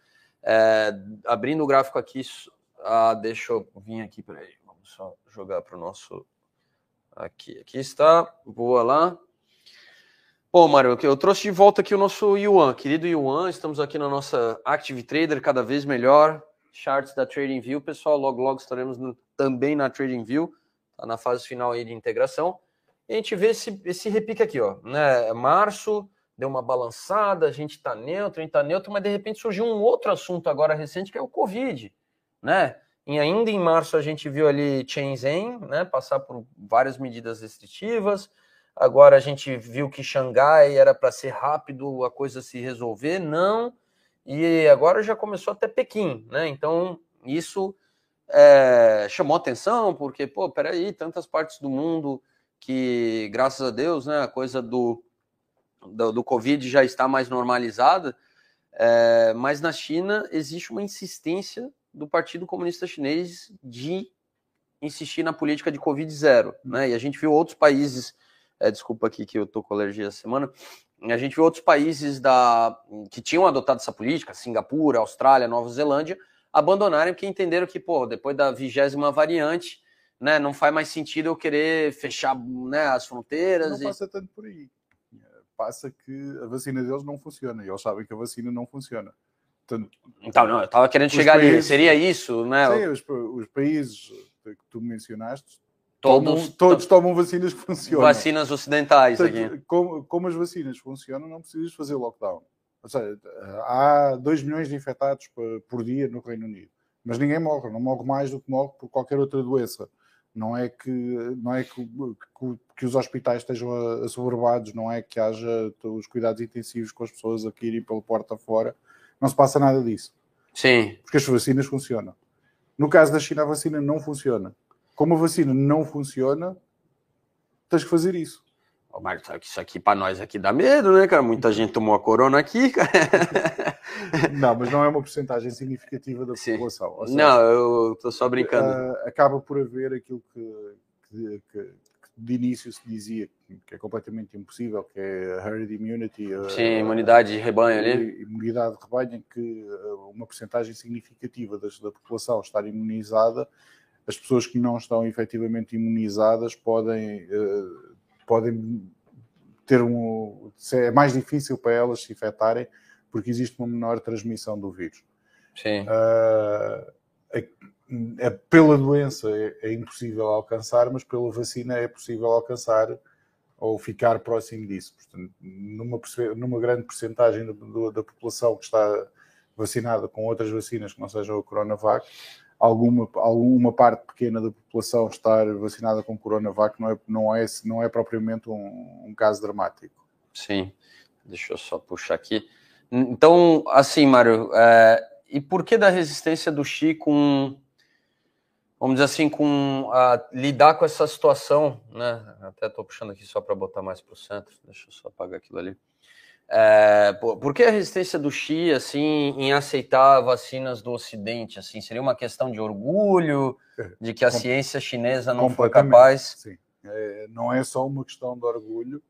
Speaker 1: Abrindo o gráfico aqui, deixa eu vir aqui, peraí, vamos só jogar para o nosso... Aqui está, boa lá. Bom, Mário, eu trouxe de volta aqui o nosso Yuan, querido Yuan, estamos aqui na nossa Active Trader, cada vez melhor, charts da TradingView, pessoal, logo estaremos também na TradingView, tá na fase final aí de integração, e a gente vê esse repique aqui, ó, né, março, deu uma balançada, a gente tá neutro, mas de repente surgiu um outro assunto agora recente, que é o Covid, né, e ainda em março a gente viu ali Shenzhen, né, passar por várias medidas restritivas. Agora a gente viu que Xangai era para ser rápido a coisa se resolver, não. E agora já começou até Pequim, né? Então isso chamou atenção, porque, peraí, tantas partes do mundo que, graças a Deus, né, a coisa do Covid já está mais normalizada, mas na China existe uma insistência do Partido Comunista Chinês de insistir na política de Covid zero, né? E a gente viu outros países, desculpa aqui que eu tô com alergia essa semana, a gente viu outros países que tinham adotado essa política, Singapura, Austrália, Nova Zelândia, abandonarem porque entenderam que, depois da 20ª variante, né, não faz mais sentido eu querer fechar, né, as fronteiras.
Speaker 2: Não passa tanto por aí. Passa que a vacina deles não funciona e eles sabem que a vacina não funciona.
Speaker 1: Então, não, eu estava querendo chegar ali, seria isso, né?
Speaker 2: Sim, os países que tu mencionaste,
Speaker 1: todos
Speaker 2: tomam vacinas que funcionam.
Speaker 1: Vacinas ocidentais.
Speaker 2: Portanto, aqui. Como as vacinas funcionam, não precisas fazer lockdown. Ou seja, há 2 milhões de infectados por dia no Reino Unido. Mas ninguém morre, não morre mais do que morre por qualquer outra doença. Não é que os hospitais estejam assoberbados, não é que haja os cuidados intensivos com as pessoas a irem pela porta fora. Não se passa nada disso.
Speaker 1: Sim.
Speaker 2: Porque as vacinas funcionam. No caso da China, a vacina não funciona. Como a vacina não funciona, tens que fazer isso.
Speaker 1: Marcos, isso aqui para nós aqui dá medo, né, cara? Muita gente tomou a corona aqui, cara.
Speaker 2: Não, mas não é uma porcentagem significativa da população.
Speaker 1: Seja, não, eu estou só brincando.
Speaker 2: Acaba por haver aquilo que de início se dizia que é completamente impossível, que é a herd immunity.
Speaker 1: Sim, imunidade de rebanho ali.
Speaker 2: Imunidade de rebanho, em que uma porcentagem significativa da população estar imunizada, as pessoas que não estão efetivamente imunizadas podem ter é mais difícil para elas se infectarem porque existe uma menor transmissão do vírus.
Speaker 1: Sim.
Speaker 2: Pela doença é impossível alcançar, mas pela vacina é possível alcançar ou ficar próximo disso. Portanto, numa grande percentagem da população que está vacinada com outras vacinas que não sejam a Coronavac, alguma parte pequena da população estar vacinada com Coronavac não é propriamente um caso dramático.
Speaker 1: Sim, deixa eu só puxar aqui. Então, assim, Mário, e por que da resistência do Xi com, vamos dizer assim, lidar com essa situação, né? Até estou puxando aqui só para botar mais para o centro, deixa eu só apagar aquilo ali. Por que a resistência do Xi, assim, em aceitar vacinas do Ocidente? Assim, seria uma questão de orgulho, de que a ciência chinesa não foi capaz?
Speaker 2: Sim. Não é só uma questão de orgulho,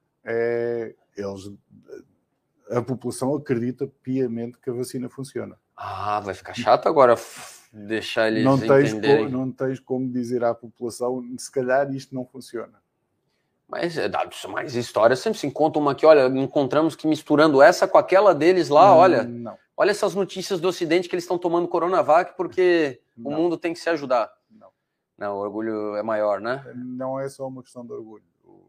Speaker 2: a população acredita piamente que a vacina funciona.
Speaker 1: Vai ficar chato agora deixar eles entenderem.
Speaker 2: Não tens como dizer à população, se calhar isto não funciona.
Speaker 1: Mas histórias sempre se encontram uma que, olha, encontramos que misturando essa com aquela deles lá, olha essas notícias do Ocidente que eles estão tomando Coronavac porque o mundo tem que se ajudar. Não, o orgulho é maior, né?
Speaker 2: Não é só uma questão de orgulho.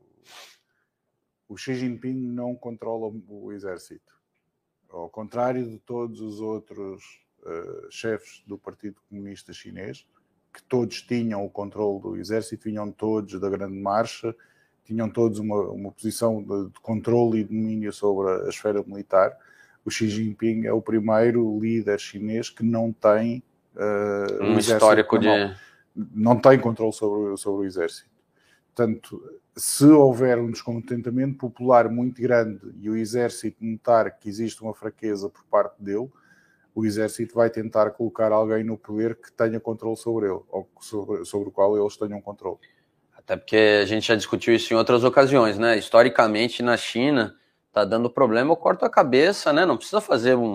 Speaker 2: O Xi Jinping não controla o exército. Ao contrário de todos os outros chefes do Partido Comunista Chinês, que todos tinham o controle do exército, vinham todos da Grande Marcha, tinham todos uma posição de controle e domínio sobre a esfera militar. O Xi Jinping é o primeiro líder chinês que não tem
Speaker 1: histórico
Speaker 2: não tem controle sobre o exército. Portanto, se houver um descontentamento popular muito grande e o exército notar que existe uma fraqueza por parte dele, o exército vai tentar colocar alguém no poder que tenha controle sobre ele, ou sobre o qual eles tenham controle.
Speaker 1: Até porque a gente já discutiu isso em outras ocasiões, né? Historicamente, na China, tá dando problema, eu corto a cabeça, né? Não precisa fazer um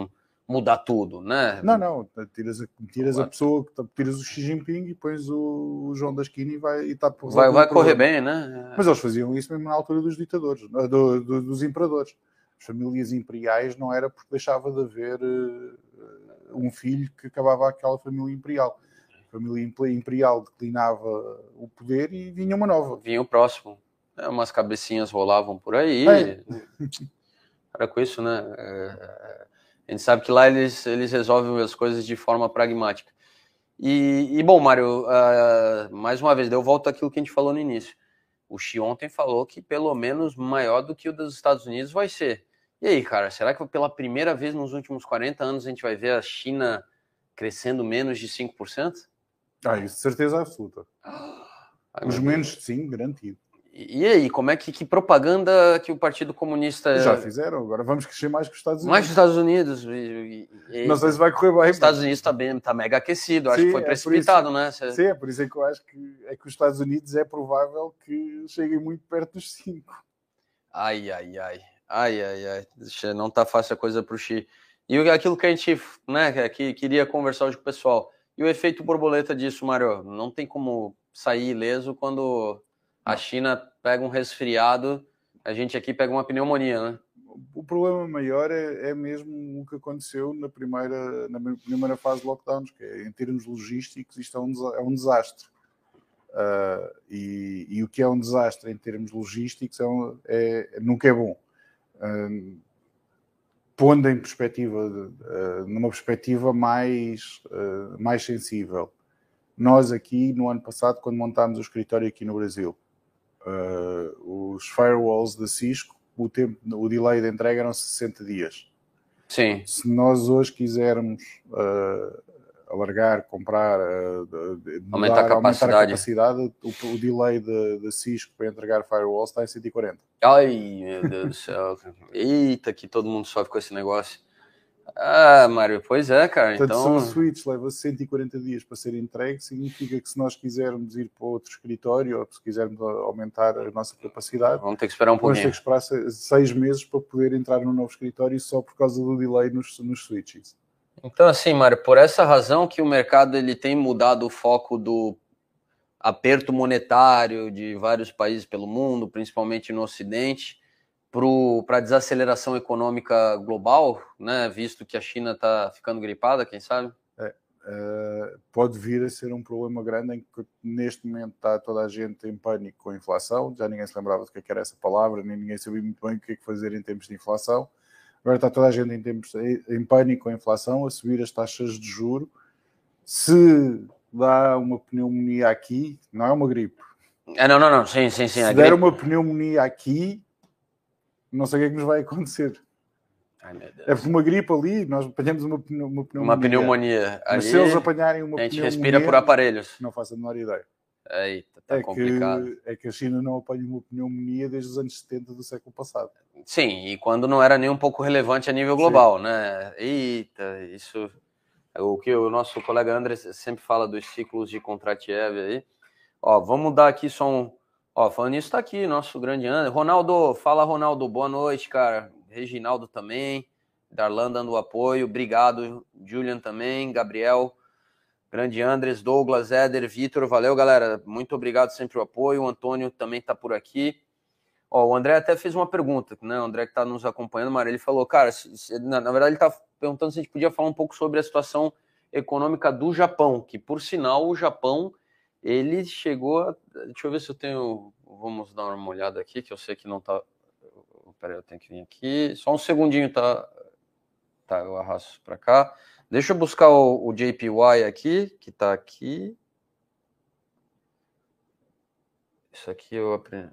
Speaker 1: mudar tudo, né?
Speaker 2: Não, tiras a pessoa, tiras o Xi Jinping e pões o João da esquina e está por
Speaker 1: vai correr bem, né?
Speaker 2: Mas eles faziam isso mesmo na altura dos ditadores, dos imperadores. As famílias imperiais não era porque deixava de haver um filho que acabava aquela família imperial. A família imperial declinava o poder e vinha uma nova.
Speaker 1: Vinha o próximo. Umas cabecinhas rolavam por aí. Para com isso, né? A gente sabe que lá eles resolvem as coisas de forma pragmática. E bom, Mário, mais uma vez, eu volto àquilo que a gente falou no início. O Xi ontem falou que pelo menos maior do que o dos Estados Unidos vai ser. E aí, cara, será que pela primeira vez nos últimos 40 anos a gente vai ver a China crescendo menos de 5%?
Speaker 2: Isso, certeza absoluta. Os menos de 5%, garantido.
Speaker 1: E aí, como é que propaganda que o Partido Comunista...
Speaker 2: Já fizeram, agora vamos crescer mais que os Estados Unidos.
Speaker 1: Mais que os Estados Unidos.
Speaker 2: Não sei se vai correr bem.
Speaker 1: Os Estados Unidos está mega aquecido, acho que foi precipitado, né?
Speaker 2: Sim, é por isso que eu acho que os Estados Unidos é provável que cheguem muito perto dos 5%.
Speaker 1: Ai. Não está fácil a coisa para o Xi. E aquilo que a gente, né, que queria conversar hoje com o pessoal. E o efeito borboleta disso, Mário? Não tem como sair ileso quando a China pega um resfriado, a gente aqui pega uma pneumonia, né?
Speaker 2: O problema maior é mesmo o que aconteceu na primeira fase de lockdowns, que é, em termos logísticos, isto é um desastre. E o que é um desastre em termos logísticos nunca é bom. Pondo em perspectiva, numa perspectiva mais sensível. Nós aqui, no ano passado, quando montámos o escritório aqui no Brasil, os firewalls da Cisco, o delay de entrega eram 60 dias.
Speaker 1: Sim.
Speaker 2: Se nós hoje quisermos alargar, comprar,
Speaker 1: aumentar a capacidade,
Speaker 2: o delay da Cisco para entregar firewalls está em 140.
Speaker 1: Ai, meu Deus do céu. Eita, que todo mundo sofre com esse negócio. Mário, pois é, cara.
Speaker 2: Portanto,
Speaker 1: então...
Speaker 2: se o switch leva 140 dias para ser entregue, significa que se nós quisermos ir para outro escritório ou se quisermos aumentar a nossa capacidade,
Speaker 1: vamos ter que esperar um pouquinho.
Speaker 2: Vamos ter que esperar 6 meses para poder entrar no novo escritório só por causa do delay nos switches.
Speaker 1: Então, assim, Mário, por essa razão que o mercado ele tem mudado o foco do aperto monetário de vários países pelo mundo, principalmente no Ocidente, para a desaceleração econômica global, né? Visto que a China está ficando gripada, quem sabe?
Speaker 2: Pode vir a ser um problema grande em que neste momento está toda a gente em pânico com a inflação, já ninguém se lembrava do que era essa palavra, nem ninguém sabia muito bem o que fazer em termos de inflação. Agora está toda a gente em pânico com a inflação, a subir as taxas de juros. Se dá uma pneumonia aqui, não é uma gripe.
Speaker 1: Não. Sim.
Speaker 2: Se der uma pneumonia aqui, não sei o que é que nos vai acontecer.
Speaker 1: Ai, meu Deus.
Speaker 2: É porque uma gripe ali, nós apanhamos uma pneumonia.
Speaker 1: Uma pneumonia.
Speaker 2: Mas se eles apanharem uma pneumonia...
Speaker 1: A gente respira por aparelhos.
Speaker 2: Não faço a menor ideia.
Speaker 1: Eita, tá complicado.
Speaker 2: É que a China não apanha uma pneumonia desde os anos 70 do século passado.
Speaker 1: Sim, e quando não era nem um pouco relevante a nível global, né? Eita, isso... O que o nosso colega André sempre fala dos ciclos de Kondratiev aí. Vamos dar aqui só um... falando nisso, tá aqui, nosso grande André. Ronaldo, fala Ronaldo, boa noite, cara. Reginaldo também, Darlan dando apoio, obrigado, Julian também, Gabriel, grande Andres, Douglas, Éder, Vitor, valeu, galera, muito obrigado sempre o apoio, o Antônio também tá por aqui. O André até fez uma pergunta, né, o André que tá nos acompanhando, Mário, ele falou, cara, na verdade ele tá perguntando se a gente podia falar um pouco sobre a situação econômica do Japão, que por sinal o Japão, ele chegou a... Deixa eu ver se eu tenho... Vamos dar uma olhada aqui, que eu sei que não tá... Peraí, eu tenho que vir aqui. Só um segundinho, tá? Tá, eu arrasto para cá. Deixa eu buscar o JPY aqui, que tá aqui. Isso aqui eu aprendi.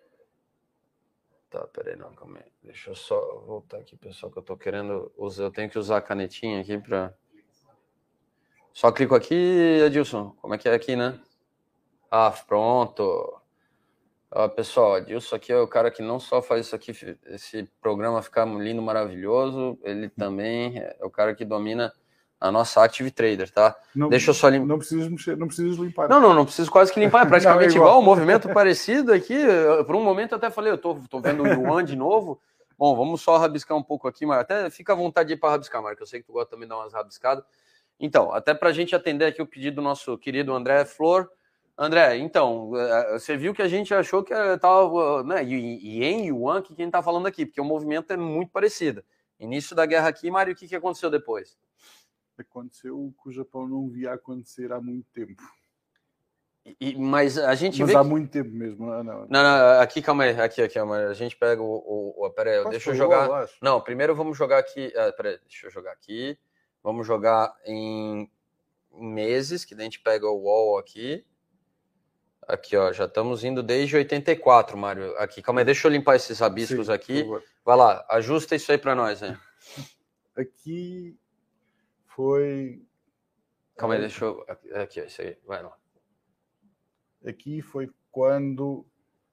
Speaker 1: Tá, peraí, não, calma aí. Deixa eu só voltar aqui, pessoal, que eu tô querendo usar. Eu tenho que usar a canetinha aqui para... Só clico aqui, Adilson. Como é que é aqui, né? Pronto. Pessoal, Adilson aqui é o cara que não só faz isso aqui, esse programa ficar lindo, maravilhoso, ele também é o cara que domina a nossa Active Trader, tá? Deixa eu só limpar.
Speaker 2: Não precisas mexer, não precisas limpar.
Speaker 1: Não preciso quase que limpar, é praticamente igual, um movimento parecido aqui. Por um momento eu até falei, eu tô vendo o Yuan de novo, Bom, vamos só rabiscar um pouco aqui, Mário. Até fica à vontade de ir para rabiscar, Mário, que eu sei que tu gosta também de dar umas rabiscadas. Então, até para a gente atender aqui o pedido do nosso querido André Flor. André, então, você viu que a gente achou que estava, né, Yen Yuan, que quem está falando aqui, porque o movimento é muito parecido. Início da guerra aqui, Mário, o que aconteceu depois?
Speaker 2: Aconteceu o que o Japão não via acontecer há muito tempo.
Speaker 1: Mas a gente
Speaker 2: mas
Speaker 1: vê
Speaker 2: há
Speaker 1: que...
Speaker 2: muito tempo mesmo.
Speaker 1: Não, aqui, calma aí, aqui, Mário. A gente pega peraí, deixa eu jogar... Não, primeiro vamos jogar aqui... peraí, deixa eu jogar aqui. Vamos jogar em meses, que daí a gente pega o wall aqui. Aqui, ó, já estamos indo desde 84, Mário. Aqui, calma aí, deixa eu limpar esses rabiscos. Sim, aqui. Vai lá, ajusta isso aí para nós, né?
Speaker 2: Aqui foi...
Speaker 1: Calma aí, deixa eu... Aqui, ó, isso aí, vai lá.
Speaker 2: Aqui foi quando...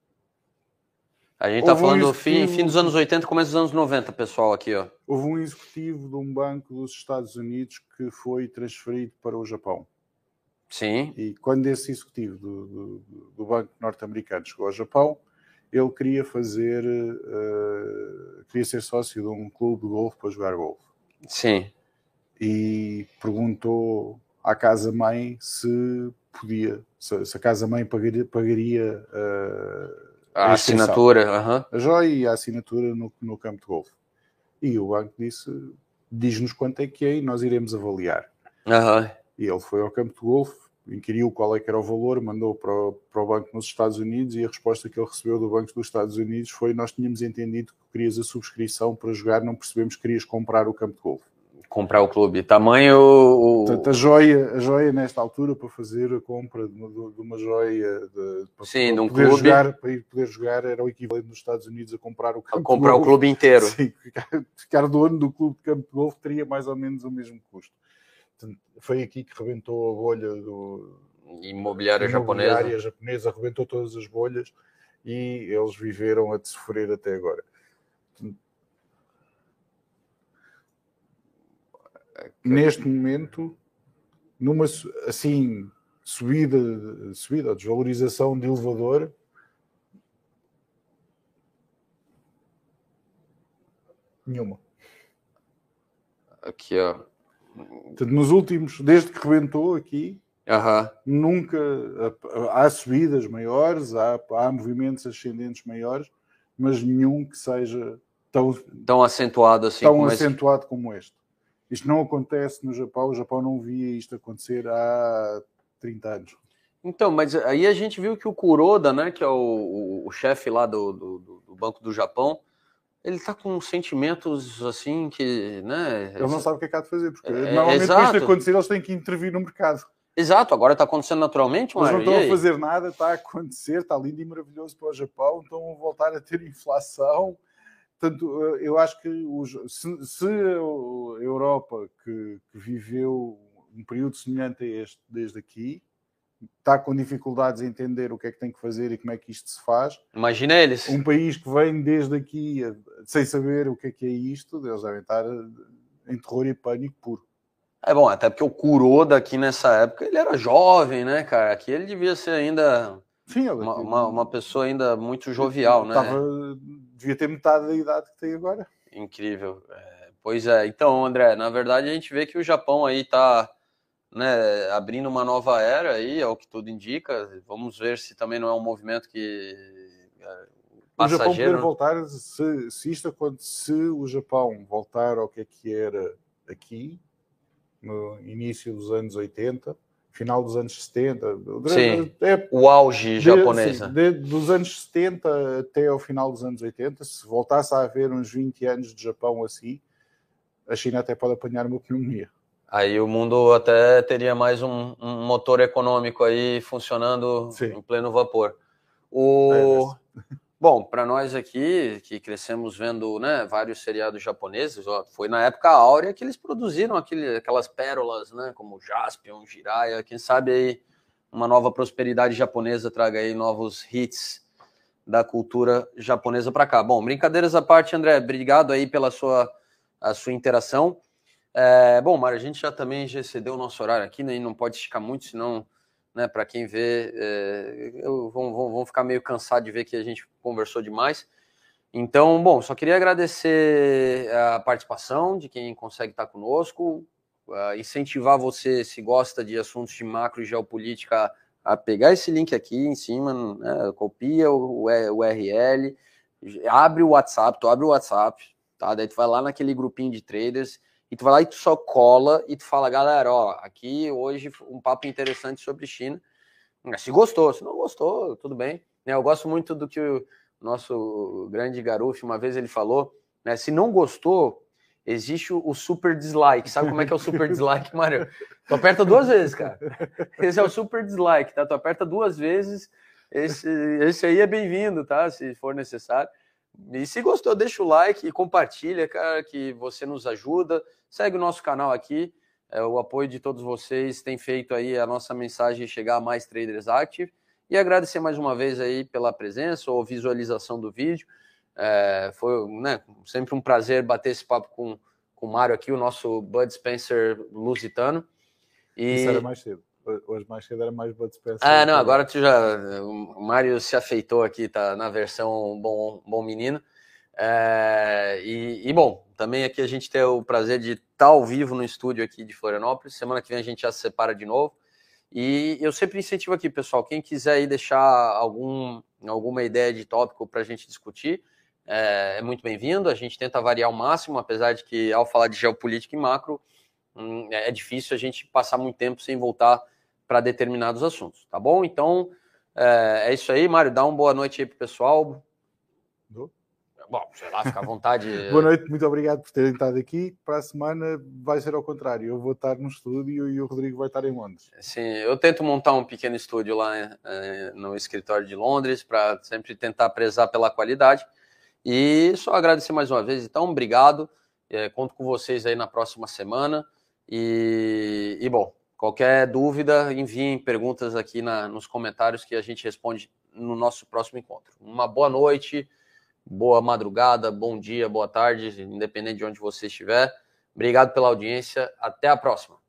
Speaker 1: A gente tá falando fim dos anos 80, começo dos anos 90, pessoal, aqui, ó.
Speaker 2: Houve um executivo de um banco dos Estados Unidos que foi transferido para o Japão.
Speaker 1: Sim.
Speaker 2: E quando esse executivo do banco norte-americano chegou ao Japão, ele queria queria ser sócio de um clube de golfe para jogar golfe.
Speaker 1: Sim.
Speaker 2: E perguntou à casa-mãe se podia, se a casa-mãe pagaria
Speaker 1: a assinatura,
Speaker 2: a joia e a assinatura no campo de golfe. E o banco diz-nos quanto é que é e nós iremos avaliar. E ele foi ao campo de golfe, inquiriu qual é que era o valor, mandou para o banco nos Estados Unidos e a resposta que ele recebeu do banco dos Estados Unidos foi: nós tínhamos entendido que querias a subscrição para jogar, não percebemos que querias comprar o campo de golfe.
Speaker 1: Comprar o clube. Tamanho...
Speaker 2: Portanto, a joia nesta altura para fazer a compra de uma joia
Speaker 1: sim, de um clube,
Speaker 2: para ir poder jogar era o equivalente nos Estados Unidos a comprar o campo
Speaker 1: de golfe. Comprar o clube inteiro.
Speaker 2: Sim, ficar dono do clube de campo de golfe teria mais ou menos o mesmo custo. Portanto, foi aqui que rebentou a bolha do
Speaker 1: imobiliária
Speaker 2: japonesa, rebentou todas as bolhas e eles viveram a de sofrer até agora. Neste momento, numa assim subida ou desvalorização de elevador, nenhuma.
Speaker 1: Aqui, ó.
Speaker 2: Portanto, nos últimos, desde que rebentou aqui, nunca há subidas maiores, há movimentos ascendentes maiores, mas nenhum que seja
Speaker 1: tão acentuado assim,
Speaker 2: acentuado como este. Isto não acontece no Japão. O Japão não via isto acontecer há 30 anos.
Speaker 1: Então, mas aí a gente viu que o Kuroda, né, que é o chefe lá do Banco do Japão, ele tá com sentimentos assim que, né...
Speaker 2: Ele não sabe o que é que há de fazer, porque normalmente para isto acontecer eles têm que intervir no mercado.
Speaker 1: Exato, agora está acontecendo naturalmente,
Speaker 2: Eles não estão a fazer nada, está a acontecer, está lindo e maravilhoso para o Japão, estão a voltar a ter inflação. Portanto, eu acho que se a Europa, que viveu um período semelhante a este desde aqui, está com dificuldades em entender o que é que tem que fazer e como é que isto se faz.
Speaker 1: Imagina eles.
Speaker 2: Um país que vem desde aqui sem saber o que é isto, eles devem estar em terror e pânico puro.
Speaker 1: É bom, até porque o Kuroda aqui nessa época, ele era jovem, né, cara? Aqui ele devia ser ainda... Sim, uma pessoa ainda muito jovial, né?
Speaker 2: Devia ter metade da idade que tem agora.
Speaker 1: Incrível. Pois é. Então, André, na verdade a gente vê que o Japão aí tá, né, abrindo uma nova era aí, é o que tudo indica. Vamos ver se também não é um movimento que...
Speaker 2: O Japão poder voltar, se o Japão voltar ao que é que era aqui, no início dos anos 80... final dos anos 70.
Speaker 1: Sim, o auge japonês.
Speaker 2: Dos anos 70 até ao final dos anos 80, se voltasse a haver uns 20 anos de Japão assim, a China até pode apanhar uma pneumonia.
Speaker 1: Aí o mundo até teria mais um motor econômico aí funcionando em pleno vapor. Bom, para nós aqui, que crescemos vendo, né, vários seriados japoneses, foi na época áurea que eles produziram aquelas pérolas, né, como Jaspion, Jiraiya. Quem sabe aí uma nova prosperidade japonesa traga aí novos hits da cultura japonesa para cá. Bom, brincadeiras à parte, André, obrigado aí pela sua interação. Bom, Mário, a gente já excedeu o nosso horário aqui, né, e não pode esticar muito, senão... né, para quem vê, vão ficar meio cansado de ver que a gente conversou demais. Então, bom, só queria agradecer a participação de quem consegue estar conosco, incentivar você, se gosta de assuntos de macro e geopolítica, a pegar esse link aqui em cima, né, copia o URL, abre o WhatsApp, tá? Daí tu vai lá naquele grupinho de traders e tu vai lá e tu só cola e tu fala, galera, ó, aqui hoje um papo interessante sobre China. Se gostou, se não gostou, tudo bem. Eu gosto muito do que o nosso grande Garufi, uma vez ele falou, né, se não gostou, existe o super dislike. Sabe como é que é o super dislike, Mário? Tu aperta 2 vezes, cara. Esse é o super dislike, tá? Tu aperta 2 vezes, esse aí é bem-vindo, tá? Se for necessário. E se gostou, deixa o like e compartilha, cara, que você nos ajuda. Segue o nosso canal aqui. O apoio de todos vocês tem feito aí a nossa mensagem chegar a mais traders active. E agradecer mais uma vez aí pela presença ou visualização do vídeo. Foi, né, sempre um prazer bater esse papo com o Mário aqui, o nosso Bud Spencer lusitano.
Speaker 2: Isso era mais cedo. Hoje mais cedo era mais Bud Spencer.
Speaker 1: Não, agora o Mário se afeitou aqui, tá na versão bom menino. Bom, também aqui a gente tem o prazer de estar ao vivo no estúdio aqui de Florianópolis. Semana que vem a gente já se separa de novo. E eu sempre incentivo aqui, pessoal, quem quiser aí deixar alguma ideia de tópico para a gente discutir, é muito bem-vindo. A gente tenta variar ao máximo, apesar de que ao falar de geopolítica e macro, é difícil a gente passar muito tempo sem voltar para determinados assuntos, tá bom? Então, é isso aí, Mário, dá uma boa noite aí pro pessoal. Bom, sei lá, fica à vontade.
Speaker 2: Boa noite, muito obrigado por terem estado aqui. Para a semana vai ser ao contrário. Eu vou estar no estúdio e o Rodrigo vai estar em Londres.
Speaker 1: Sim, eu tento montar um pequeno estúdio lá no escritório de Londres para sempre tentar prezar pela qualidade. E só agradecer mais uma vez. Então, obrigado. Conto com vocês aí na próxima semana. E bom, qualquer dúvida, enviem perguntas aqui nos comentários que a gente responde no nosso próximo encontro. Uma boa noite. Boa madrugada, bom dia, boa tarde, independente de onde você estiver. Obrigado pela audiência. Até a próxima.